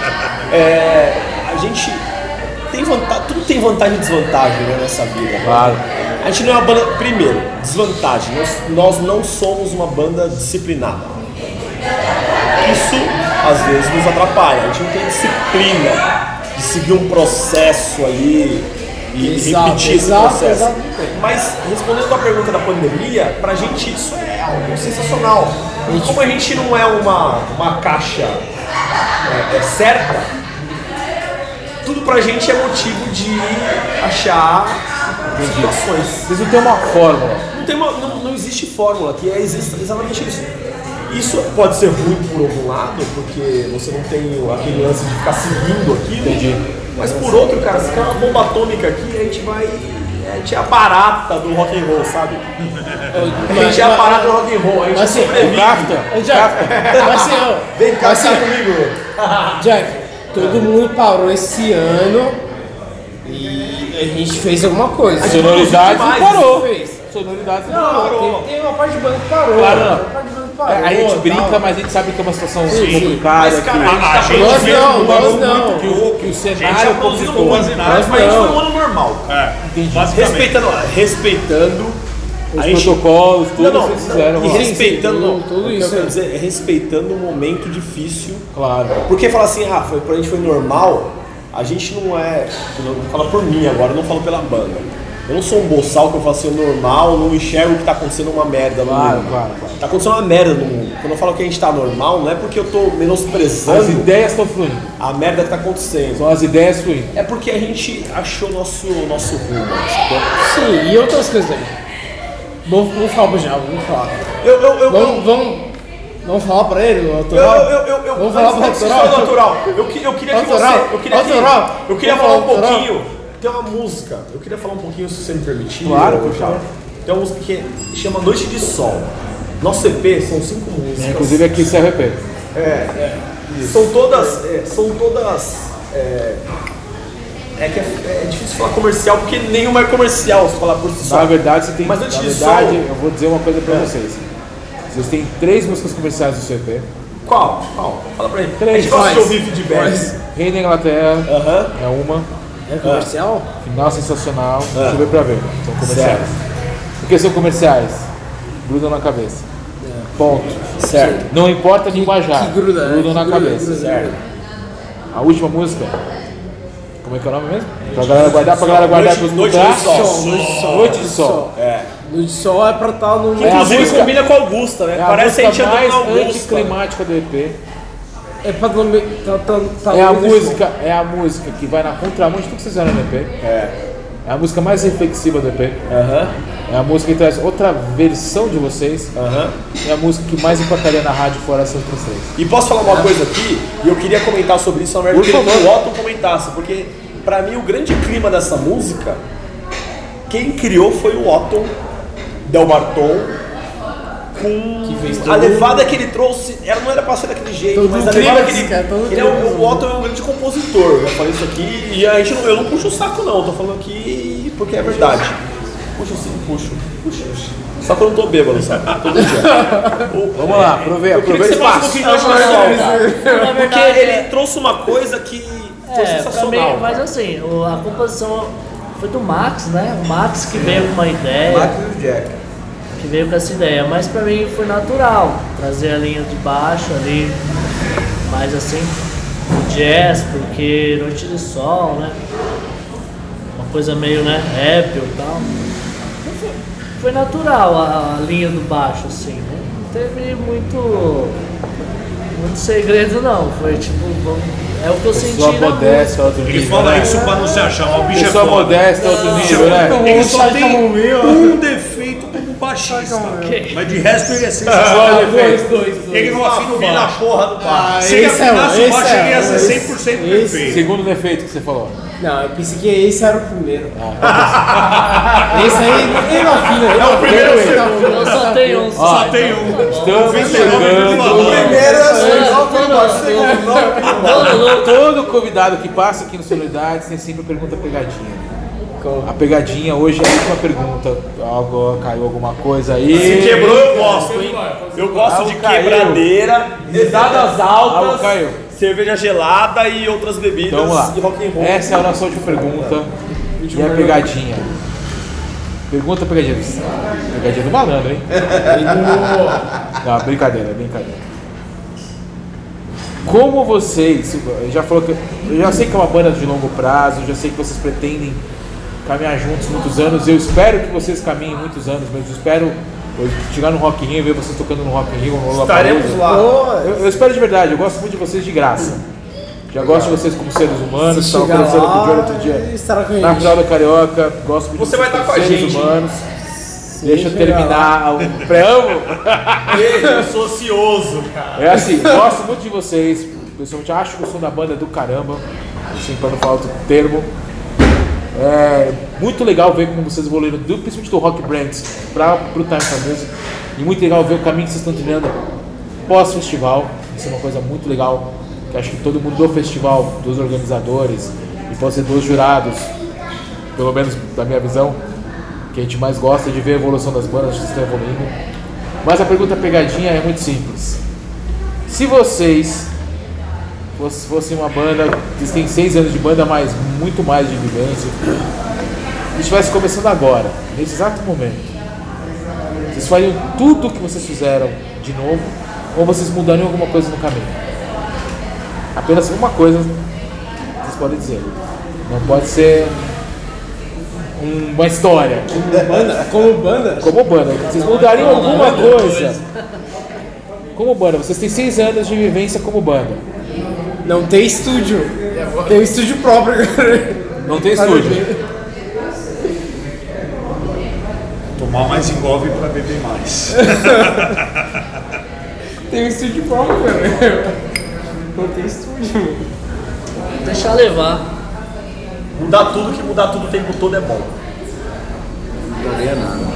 Speaker 5: A gente tem vantagem, tudo tem vantagem e desvantagem, né, nessa vida.
Speaker 3: Claro.
Speaker 5: A gente não é uma banda, primeiro, desvantagem, nós não somos uma banda disciplinada. Isso, às vezes, nos atrapalha. A gente não tem disciplina de seguir um processo ali e repetir esse processo. Mas, respondendo a pergunta da pandemia, pra gente isso é algo sensacional. Como a gente não é uma caixa certa, tudo pra gente é motivo de achar situações.
Speaker 3: Vocês não tem uma fórmula.
Speaker 5: Não existe fórmula, que é exatamente isso. Isso pode ser ruim por algum lado, porque você não tem aquele lance de ficar seguindo aquilo.
Speaker 3: Entendi.
Speaker 5: Mas por outro, cara, se quer uma bomba atômica aqui, a gente vai. A gente é a barata do rock and roll, sabe? A gente é a barata do rock and roll, a gente sobrevive.
Speaker 7: Vem cá comigo.
Speaker 6: Jack, todo mundo parou esse ano e a gente fez alguma coisa.
Speaker 3: Sonoridade não parou.
Speaker 6: Fez.
Speaker 3: Sonoridade
Speaker 6: Não, tem uma parte de banda que parou.
Speaker 3: Claro, não.
Speaker 6: Uma parte de banda que preparou.
Speaker 3: A gente brinca,
Speaker 6: tal.
Speaker 3: mas a gente sabe que é uma situação
Speaker 6: Sim.
Speaker 3: complicada.
Speaker 4: Mas, cara,
Speaker 3: que,
Speaker 4: a gente
Speaker 6: Nós
Speaker 4: vê
Speaker 6: não,
Speaker 4: um
Speaker 6: nós
Speaker 4: ano
Speaker 6: não.
Speaker 4: muito
Speaker 3: que o
Speaker 4: a gente
Speaker 3: cenário
Speaker 4: tá produzindo
Speaker 3: complicou.
Speaker 4: algumas imagens, mas a gente foi um ano normal.
Speaker 5: Respeitando
Speaker 3: Os
Speaker 5: a gente-
Speaker 3: protocolos, tudo
Speaker 5: Não,
Speaker 3: vocês fizeram.
Speaker 5: e
Speaker 3: rolar.
Speaker 5: respeitando,
Speaker 6: sim, tudo
Speaker 5: o que eu
Speaker 6: isso,
Speaker 5: quero
Speaker 6: é.
Speaker 5: dizer é respeitando o momento difícil.
Speaker 3: Claro.
Speaker 5: Porque falar assim, pra gente foi normal, a gente não é. Eu vou falar por mim agora, eu não falo pela banda. Eu não sou um boçal que eu falo assim, normal, não enxergo que tá acontecendo uma merda no
Speaker 3: Claro,
Speaker 5: mundo.
Speaker 3: claro.
Speaker 5: Tá acontecendo uma merda no mundo. Quando eu falo que a gente tá normal, não é porque eu tô menosprezando
Speaker 3: As ideias estão fluindo.
Speaker 5: a merda que tá acontecendo.
Speaker 3: São as ideias fluindo.
Speaker 5: É porque a gente achou nosso rumo, sacou?
Speaker 6: Sim, e outras coisas também. Vamos falar pro Jabo, vamos falar. Vamos falar pra ele, o autoral? Vamos falar pro autoral?
Speaker 5: Eu queria que
Speaker 6: Autoral?
Speaker 5: você. Eu queria
Speaker 6: Vamos
Speaker 5: falar um
Speaker 6: falar autoral?
Speaker 5: pouquinho. Tem uma música. Eu queria falar um pouquinho, se você me permitir.
Speaker 3: Claro, por favor.
Speaker 5: Tem uma música que chama Noite de Sol. Nosso EP são 5 músicas.
Speaker 3: Inclusive aqui se arrepende.
Speaker 5: São todas. É que é difícil falar comercial porque nenhuma é comercial, se falar por si só.
Speaker 3: Na verdade, você tem.
Speaker 5: Mas
Speaker 3: Na
Speaker 5: antes de
Speaker 3: verdade,
Speaker 5: som-
Speaker 3: eu vou dizer uma coisa pra vocês. Vocês têm 3 músicas comerciais no seu EP.
Speaker 5: Qual? Fala pra ele. A
Speaker 3: Três.
Speaker 5: gente gosta de
Speaker 6: Quais?
Speaker 5: ouvir feedbacks.
Speaker 3: Rei da Inglaterra
Speaker 5: Aham.
Speaker 3: é uma.
Speaker 6: É comercial?
Speaker 3: Final sensacional. Deixa eu ver pra ver. São comerciais.
Speaker 5: Certo.
Speaker 3: Por que são comerciais? Grudam na cabeça. Ponto.
Speaker 5: Certo.
Speaker 3: Não importa linguajar.
Speaker 6: que gruda, né?
Speaker 3: Grudam na
Speaker 6: Que gruda,
Speaker 3: cabeça.
Speaker 6: gruda.
Speaker 3: Certo. A última música. Como é que é o nome mesmo? Pra galera guardar, pra
Speaker 5: Noite
Speaker 3: mudar.
Speaker 5: de Sol.
Speaker 3: Noite de Sol.
Speaker 6: No de sol é pra estar no.
Speaker 3: É a
Speaker 5: Inclusive
Speaker 3: música-
Speaker 5: combina com a Augusta, né?
Speaker 3: É a
Speaker 5: Parece a
Speaker 3: música
Speaker 5: gente andando
Speaker 3: mais
Speaker 5: na Augusta.
Speaker 3: anticlimática do EP.
Speaker 6: É pra não. Tá
Speaker 3: É a
Speaker 6: no
Speaker 3: música, que vai na contramão de tudo que vocês fizeram no EP. É a música mais reflexiva do EP.
Speaker 5: Aham.
Speaker 3: É a música que traz outra versão de vocês.
Speaker 5: Aham.
Speaker 3: É a música que mais impactaria na rádio fora essas outras 3.
Speaker 5: E posso falar uma coisa aqui? E eu queria comentar sobre isso, na verdade,
Speaker 3: Por
Speaker 5: eu queria que
Speaker 3: favor.
Speaker 5: o Otton comentasse, porque pra mim o grande clima dessa música, quem criou foi o Otton Del Marton, com a levada que ele trouxe, ela não era pra ser daquele jeito,
Speaker 6: Todo
Speaker 5: mas a
Speaker 6: clima
Speaker 5: levada
Speaker 6: desse
Speaker 5: que ele,
Speaker 6: cara, todo
Speaker 5: ele é
Speaker 6: clima.
Speaker 5: o Otton é um grande compositor, eu falei isso aqui, e a gente eu não puxo o saco não, eu tô falando aqui porque é verdade. Puxo sim, puxo. Só que eu não tô bêbado, sabe? Todo dia.
Speaker 3: Vamos lá, aproveita
Speaker 5: Eu queria que
Speaker 3: o
Speaker 5: você falasse um
Speaker 3: espaço.
Speaker 5: pouquinho mais do Sol, cara.
Speaker 8: Na
Speaker 5: Porque
Speaker 8: verdade,
Speaker 5: ele trouxe uma coisa que foi
Speaker 8: pra
Speaker 5: sensacional.
Speaker 8: mim, mas assim, a composição foi do Max, né? O Max que veio com uma ideia,
Speaker 7: Max e o Jack.
Speaker 8: que veio com essa ideia, mas pra mim foi natural trazer a linha de baixo ali, mais assim, o jazz, porque Noite de Sol, né? Uma coisa meio, né, rap e tal. Então foi natural a linha do baixo, assim, né? Não teve muito segredo não, foi tipo, é o que eu senti
Speaker 3: Pessoa
Speaker 8: na música.
Speaker 3: modesta, outro
Speaker 4: Ele
Speaker 3: nível,
Speaker 4: fala
Speaker 3: né?
Speaker 4: isso pra não se achar, mas o bicho é
Speaker 3: Pessoa
Speaker 4: foda.
Speaker 3: modesta, outro nível, né?
Speaker 4: Ele só tem um defeito como baixista. Mas de resto ele é sensacional. Ele não afina o
Speaker 5: na
Speaker 4: baixo.
Speaker 5: porra do baixo.
Speaker 4: Se ele
Speaker 6: esse é
Speaker 4: afinasse
Speaker 6: um,
Speaker 4: o baixo,
Speaker 6: esse é
Speaker 4: ele ia
Speaker 6: um,
Speaker 4: ser
Speaker 6: esse-
Speaker 4: 100%
Speaker 6: esse-
Speaker 4: perfeito.
Speaker 3: Segundo defeito que você falou.
Speaker 6: Não, eu pensei que esse era o primeiro. Esse aí, ele não afina.
Speaker 4: É o primeiro ou o
Speaker 8: Eu só tenho um
Speaker 4: Só tem um.
Speaker 3: Estamos
Speaker 4: Vem
Speaker 3: chegando.
Speaker 7: Primeiro eu sei, só foi baixo, segundo não.
Speaker 3: Todo convidado que passa aqui no Sonoridades tem sempre a pergunta pegadinha. A pegadinha hoje é a última pergunta. Caiu alguma coisa aí?
Speaker 5: Se quebrou, eu gosto, hein? Eu gosto de
Speaker 3: caiu.
Speaker 5: quebradeira, risadas altas,
Speaker 3: Algo caiu.
Speaker 5: cerveja gelada e outras bebidas
Speaker 3: Então vamos lá.
Speaker 5: e rock and roll.
Speaker 3: Essa é a nossa última pergunta. E a pegadinha. Pergunta pegadinha. Pegadinha do malandro, hein? Não, brincadeira. Como vocês, eu já sei que é uma banda de longo prazo, já sei que vocês pretendem caminhar juntos muitos anos, eu espero que vocês caminhem muitos anos, mas eu espero chegar no Rock in Rio, ver vocês tocando no Rock in Rio, no
Speaker 5: Estaremos
Speaker 3: Lollapalooza.
Speaker 5: lá.
Speaker 3: Eu espero de verdade, eu gosto muito de vocês de graça. Já gosto de vocês como seres humanos,
Speaker 6: Se
Speaker 3: estava
Speaker 6: chegar
Speaker 3: conversando
Speaker 6: lá,
Speaker 3: com o Johnny outro dia.
Speaker 6: estará com
Speaker 3: Na
Speaker 6: a gente.
Speaker 3: final da Carioca, gosto muito
Speaker 5: Você
Speaker 3: de
Speaker 5: vai
Speaker 3: vocês
Speaker 5: estar
Speaker 3: como
Speaker 5: com a
Speaker 3: seres
Speaker 5: gente.
Speaker 3: humanos.
Speaker 6: Se
Speaker 3: Deixa eu
Speaker 6: chegar
Speaker 3: terminar o preâmbulo.
Speaker 5: Eu sou ocioso, cara.
Speaker 3: É assim, gosto muito de vocês, pessoalmente acho que o som da banda é do caramba, assim, para não falar outro termo. É muito legal ver como vocês evoluíram, principalmente do Rock Brands para o Time for Music, e muito legal ver o caminho que vocês estão trilhando pós-festival. Isso é uma coisa muito legal, que acho que todo mundo do festival, dos organizadores e pode ser dos jurados, pelo menos da minha visão, que a gente mais gosta de ver a evolução das bandas, que vocês estão evoluindo. Mas a pergunta pegadinha é muito simples. Se vocês fossem uma banda, vocês têm 6 anos de banda, mas muito mais de vivência, e estivesse começando agora, nesse exato momento, vocês fariam tudo o que vocês fizeram de novo, ou vocês mudariam alguma coisa no caminho? Apenas uma coisa vocês podem dizer. Não pode ser uma história.
Speaker 6: Como banda?
Speaker 3: Como banda. Vocês mudariam alguma coisa. Como banda. Vocês têm 6 anos de vivência como banda.
Speaker 6: Não tem estúdio. Tem um estúdio próprio.
Speaker 3: Não tem estúdio.
Speaker 4: Tomar mais engolve pra beber mais.
Speaker 6: Tem um estúdio próprio, cara. Não tem estúdio.
Speaker 8: Deixar levar.
Speaker 5: Mudar tudo, que mudar tudo o tempo todo é bom.
Speaker 7: Não mudaria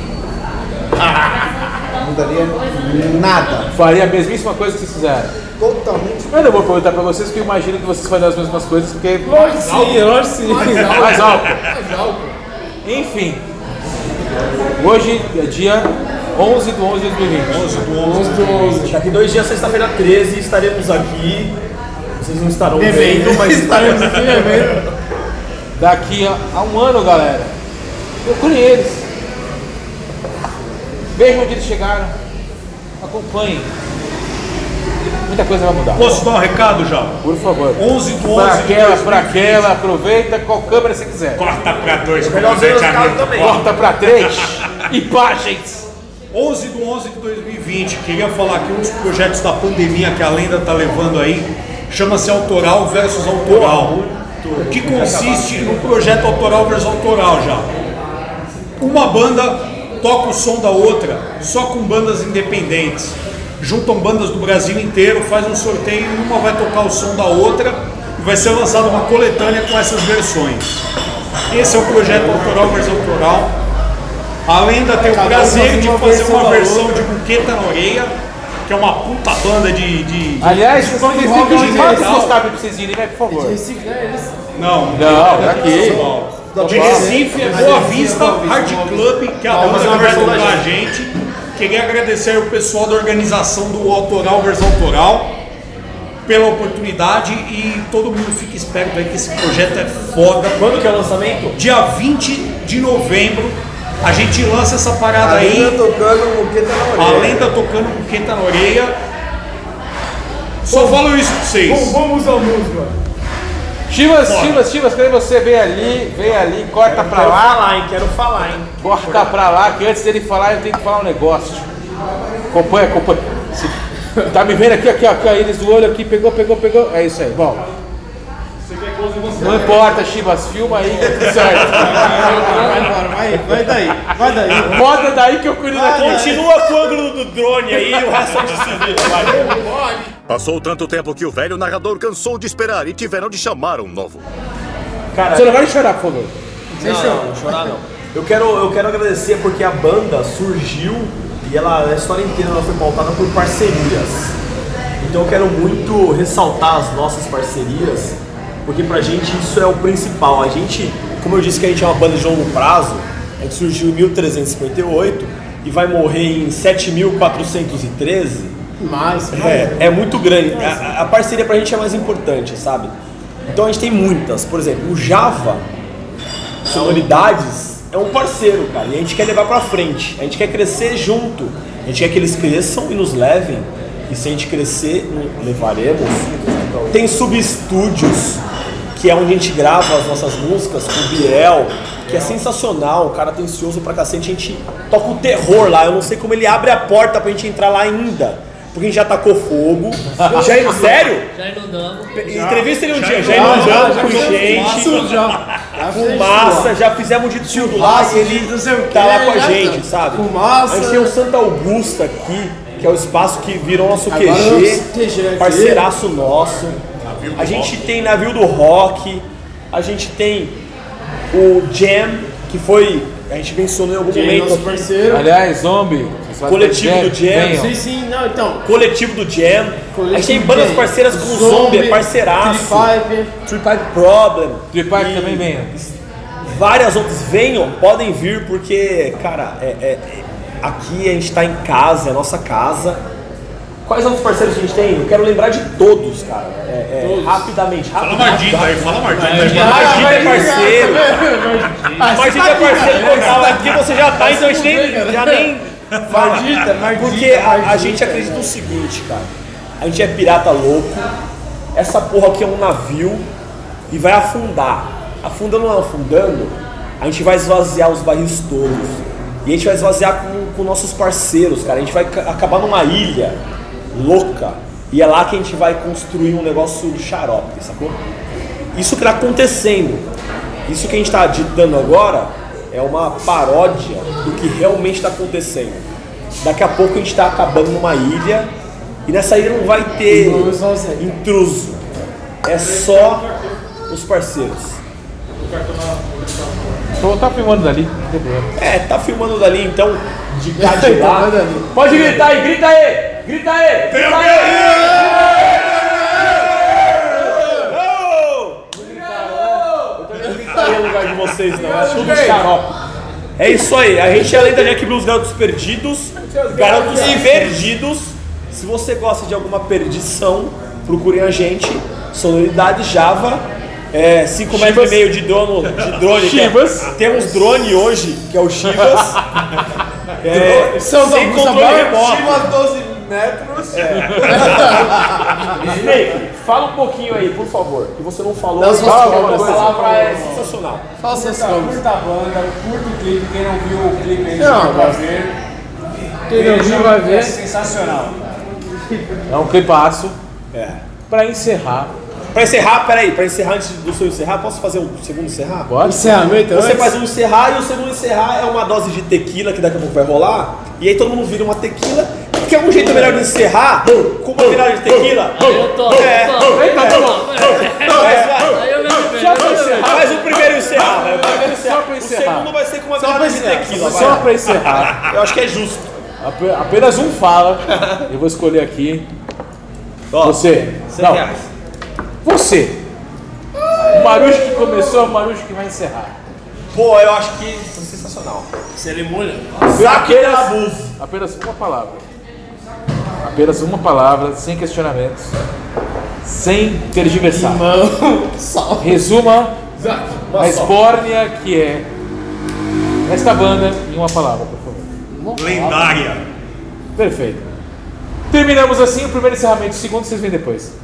Speaker 7: nada. Não mudaria nada.
Speaker 3: Faria a mesmíssima coisa que vocês fizeram.
Speaker 7: Totalmente.
Speaker 3: Mas eu vou perguntar pra vocês, porque eu imagino que vocês fariam as mesmas coisas, porque...
Speaker 6: Lógico sim.
Speaker 3: Mais álcool. Enfim. Hoje é dia 11 de 11 de 2020.
Speaker 5: Daqui 2 dias, sexta-feira 13, estaremos aqui. Vocês não estarão vendo, mas estaremos aqui bebendo.
Speaker 3: Daqui a um ano, galera, procurem eles. Vejam onde eles chegaram. Acompanhem. Muita coisa vai mudar.
Speaker 4: Posso dar um recado já?
Speaker 3: Por favor.
Speaker 4: 11 do 11
Speaker 3: Pra aquela, aproveita qual câmera você quiser.
Speaker 4: Corta pra 2,
Speaker 5: Melhor ver os caras também.
Speaker 3: Corta pra 3. Imagens.
Speaker 4: 11 de 11 de 2020, queria falar que um dos projetos da pandemia que a Lenda está levando aí chama-se Autoral versus Autoral. O que consiste no projeto Autoral versus Autoral já? Uma banda toca o som da outra, só com bandas independentes. Juntam bandas do Brasil inteiro, faz um sorteio e uma vai tocar o som da outra e vai ser lançada uma coletânea com essas versões. Esse é o projeto Autoral versus Autoral. A Lenda tem o prazer de fazer uma versão de Buqueta na Orelha, que é uma puta banda de
Speaker 3: Aliás, vocês têm que mandar os cabos pra vocês irem, né, por favor.
Speaker 4: Não,
Speaker 3: daqui.
Speaker 4: De Recife é Boa Vista Hard Club, que é a banda que vai tocar a gente. Queria agradecer ao pessoal da organização do Autoral versus Autoral pela oportunidade e todo mundo fica esperto aí que esse projeto é foda.
Speaker 5: Quando que é o lançamento?
Speaker 4: Dia 20 de novembro a gente lança essa parada aí.
Speaker 7: A Lenda tocando Buqueta na Orelha.
Speaker 4: A Lenda tocando Buqueta na Orelha. Só falo isso pra vocês.
Speaker 6: Vamos usar música.
Speaker 3: Chivas, cadê você? Vem ali, corta pra lá.
Speaker 5: Quero falar, hein?
Speaker 3: Corta pra lá, que antes dele falar eu tenho que falar um negócio. Acompanha. Tá me vendo aqui, ó, eles do olho aqui, pegou. É isso aí, bom. Não importa, Chivas, filma aí que é tudo certo.
Speaker 6: Vai daí.
Speaker 3: Bota daí que eu cuido daqui.
Speaker 5: Continua com o ângulo do drone aí e o resto é de civil.
Speaker 10: Passou tanto tempo que o velho narrador cansou de esperar e tiveram de chamar um novo.
Speaker 5: Cara,
Speaker 3: Você não vai chorar, por favor.
Speaker 5: não chorar não. Eu quero agradecer porque a banda surgiu e a história inteira ela foi pautada por parcerias. Então eu quero muito ressaltar as nossas parcerias, porque pra gente isso é o principal. A gente, como eu disse que a gente é uma banda de longo prazo, a gente surgiu em 1358 e vai morrer em 7413. É muito grande. A parceria pra gente é mais importante, sabe? Então a gente tem muitas. Por exemplo, o Java Sonoridades é um parceiro, cara, e a gente quer levar pra frente. A gente quer crescer junto. A gente quer que eles cresçam e nos levem. E se a gente crescer, levaremos. Tem Subestúdios, que é onde a gente grava as nossas músicas com o Biel, que é sensacional, o cara atencioso pra cacete. A gente toca o terror lá. Eu não sei como ele abre a porta pra gente entrar lá ainda. Porque a gente já tacou fogo. Sério?
Speaker 8: Já inundamos.
Speaker 5: Entrevista ele um dia. Já inundamos com gente. Fumaça, já fizemos de tudo lá e ele tá lá com a gente, sabe? A gente tem o Santa Augusta aqui, que é o espaço que virou nosso QG, parceiraço nosso. A gente tem Navio do Rock, a gente tem o Jam, que foi, a gente mencionou em algum momento.
Speaker 6: Parceiro.
Speaker 3: Aliás, Zombie.
Speaker 5: Coletivo do Jam.
Speaker 6: Sim, não, então.
Speaker 5: Coletivo do Jam. A gente tem bandas parceiras como Zombie, é parceiraço. Three Pipe Problem.
Speaker 3: Three Pipe também venha.
Speaker 5: Várias outras venham, podem vir, porque, cara, aqui a gente está em casa, é a nossa casa. Quais outros parceiros que a gente tem? Eu quero lembrar de todos, cara. Rapidamente.
Speaker 4: Fala Mardita aí, fala Mardita.
Speaker 5: Mardita é parceiro. Mardita é parceiro total. Aqui você já tá, então a gente nem Mardita. Porque a gente acredita no seguinte, cara. A gente é pirata louco. Essa porra aqui é um navio e vai afundar. Afundando ou não afundando, a gente vai esvaziar os barris todos. E a gente vai esvaziar com nossos parceiros, cara. A gente vai acabar numa ilha louca. E é lá que a gente vai construir um negócio xarope, sacou? Isso que tá acontecendo. Isso que a gente tá ditando agora é uma paródia do que realmente está acontecendo. Daqui a pouco a gente tá acabando numa ilha. E nessa ilha não vai ter intruso. É só os parceiros.
Speaker 3: Tá filmando dali, não tem problema.
Speaker 5: Tá filmando dali, então de cá de lá. Pode gritar aí, grita aí! Grita aí! Grita aí! Eu também não gritaria no lugar de vocês, não. É tudo xarope. É isso aí, a gente é além da Jack Blue, os garotos perdidos. Garotos perdidos. Se você gosta de alguma perdição, procurem a gente. Sonoridade Java. 5 metros e meio de drone.
Speaker 3: Chivas.
Speaker 5: Temos drone hoje, que é o Chivas. Sem controle remoto.
Speaker 7: Chivas 12 metros.
Speaker 5: Snake, fala um pouquinho aí, por favor. Que você não falou.
Speaker 11: Essa
Speaker 5: palavra é sensacional.
Speaker 11: Fala suas coisas.
Speaker 12: Curta a banda, curta o clipe. Quem não viu o clipe ainda vai ver.
Speaker 11: Quem não viu vai ver.
Speaker 12: É sensacional.
Speaker 3: É um clipaço. Pra encerrar,
Speaker 5: antes do seu encerrar, posso fazer um segundo encerrar?
Speaker 3: Pode.
Speaker 11: Encerramento
Speaker 5: Você faz um encerrar e o segundo encerrar é uma dose de tequila que daqui a pouco vai rolar. E aí todo mundo vira uma tequila. Porque é um jeito melhor de encerrar com uma virada de tequila.
Speaker 8: Eu tô.
Speaker 5: Faz o primeiro encerrar.
Speaker 3: Só pra
Speaker 5: O
Speaker 3: encerrar.
Speaker 5: segundo vai ser com uma virada de tequila.
Speaker 3: Só pra encerrar.
Speaker 5: Eu acho que é justo.
Speaker 3: Apenas um fala. Eu vou escolher aqui. Você.
Speaker 5: R$100.
Speaker 3: Você. O Marucho que começou, o Marucho que vai encerrar.
Speaker 5: Pô, eu acho que foi sensacional.
Speaker 11: Cerimônia.
Speaker 3: Apenas uma palavra. Apenas uma palavra, sem questionamentos. Sem tergiversar. Resuma a espórnia que é esta banda em uma palavra, por favor.
Speaker 4: Lendária.
Speaker 3: Perfeito. Terminamos assim o primeiro encerramento. O segundo vocês veem depois.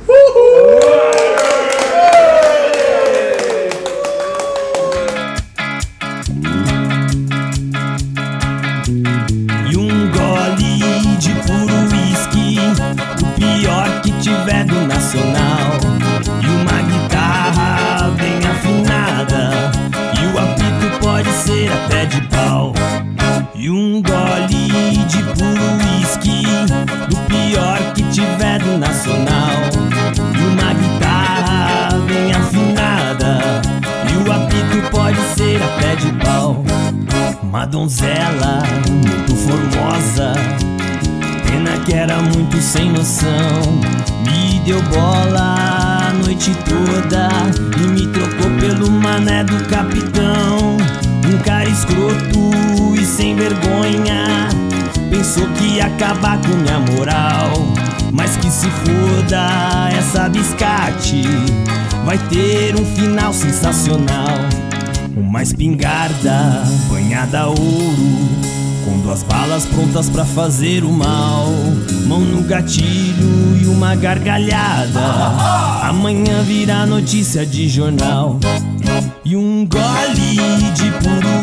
Speaker 1: E um gole de puro whisky, o pior que tiver do nacional. E uma guitarra bem afinada, e o apito pode ser até de pau. E um gole de puro whisky, do pior que tiver do nacional. E uma guitarra bem afinada, e o apito pode ser até de pau. Uma donzela muito formosa, pena que era muito sem noção. Me deu bola a noite toda e me trocou pelo mané do capitão. Um cara escroto e sem vergonha, pensou que ia acabar com minha moral. Mas que se foda essa biscate, vai ter um final sensacional. Uma espingarda banhada a ouro, com 2 balas prontas pra fazer o mal. Mão no gatilho e uma gargalhada, amanhã virá notícia de jornal. E um gole de puro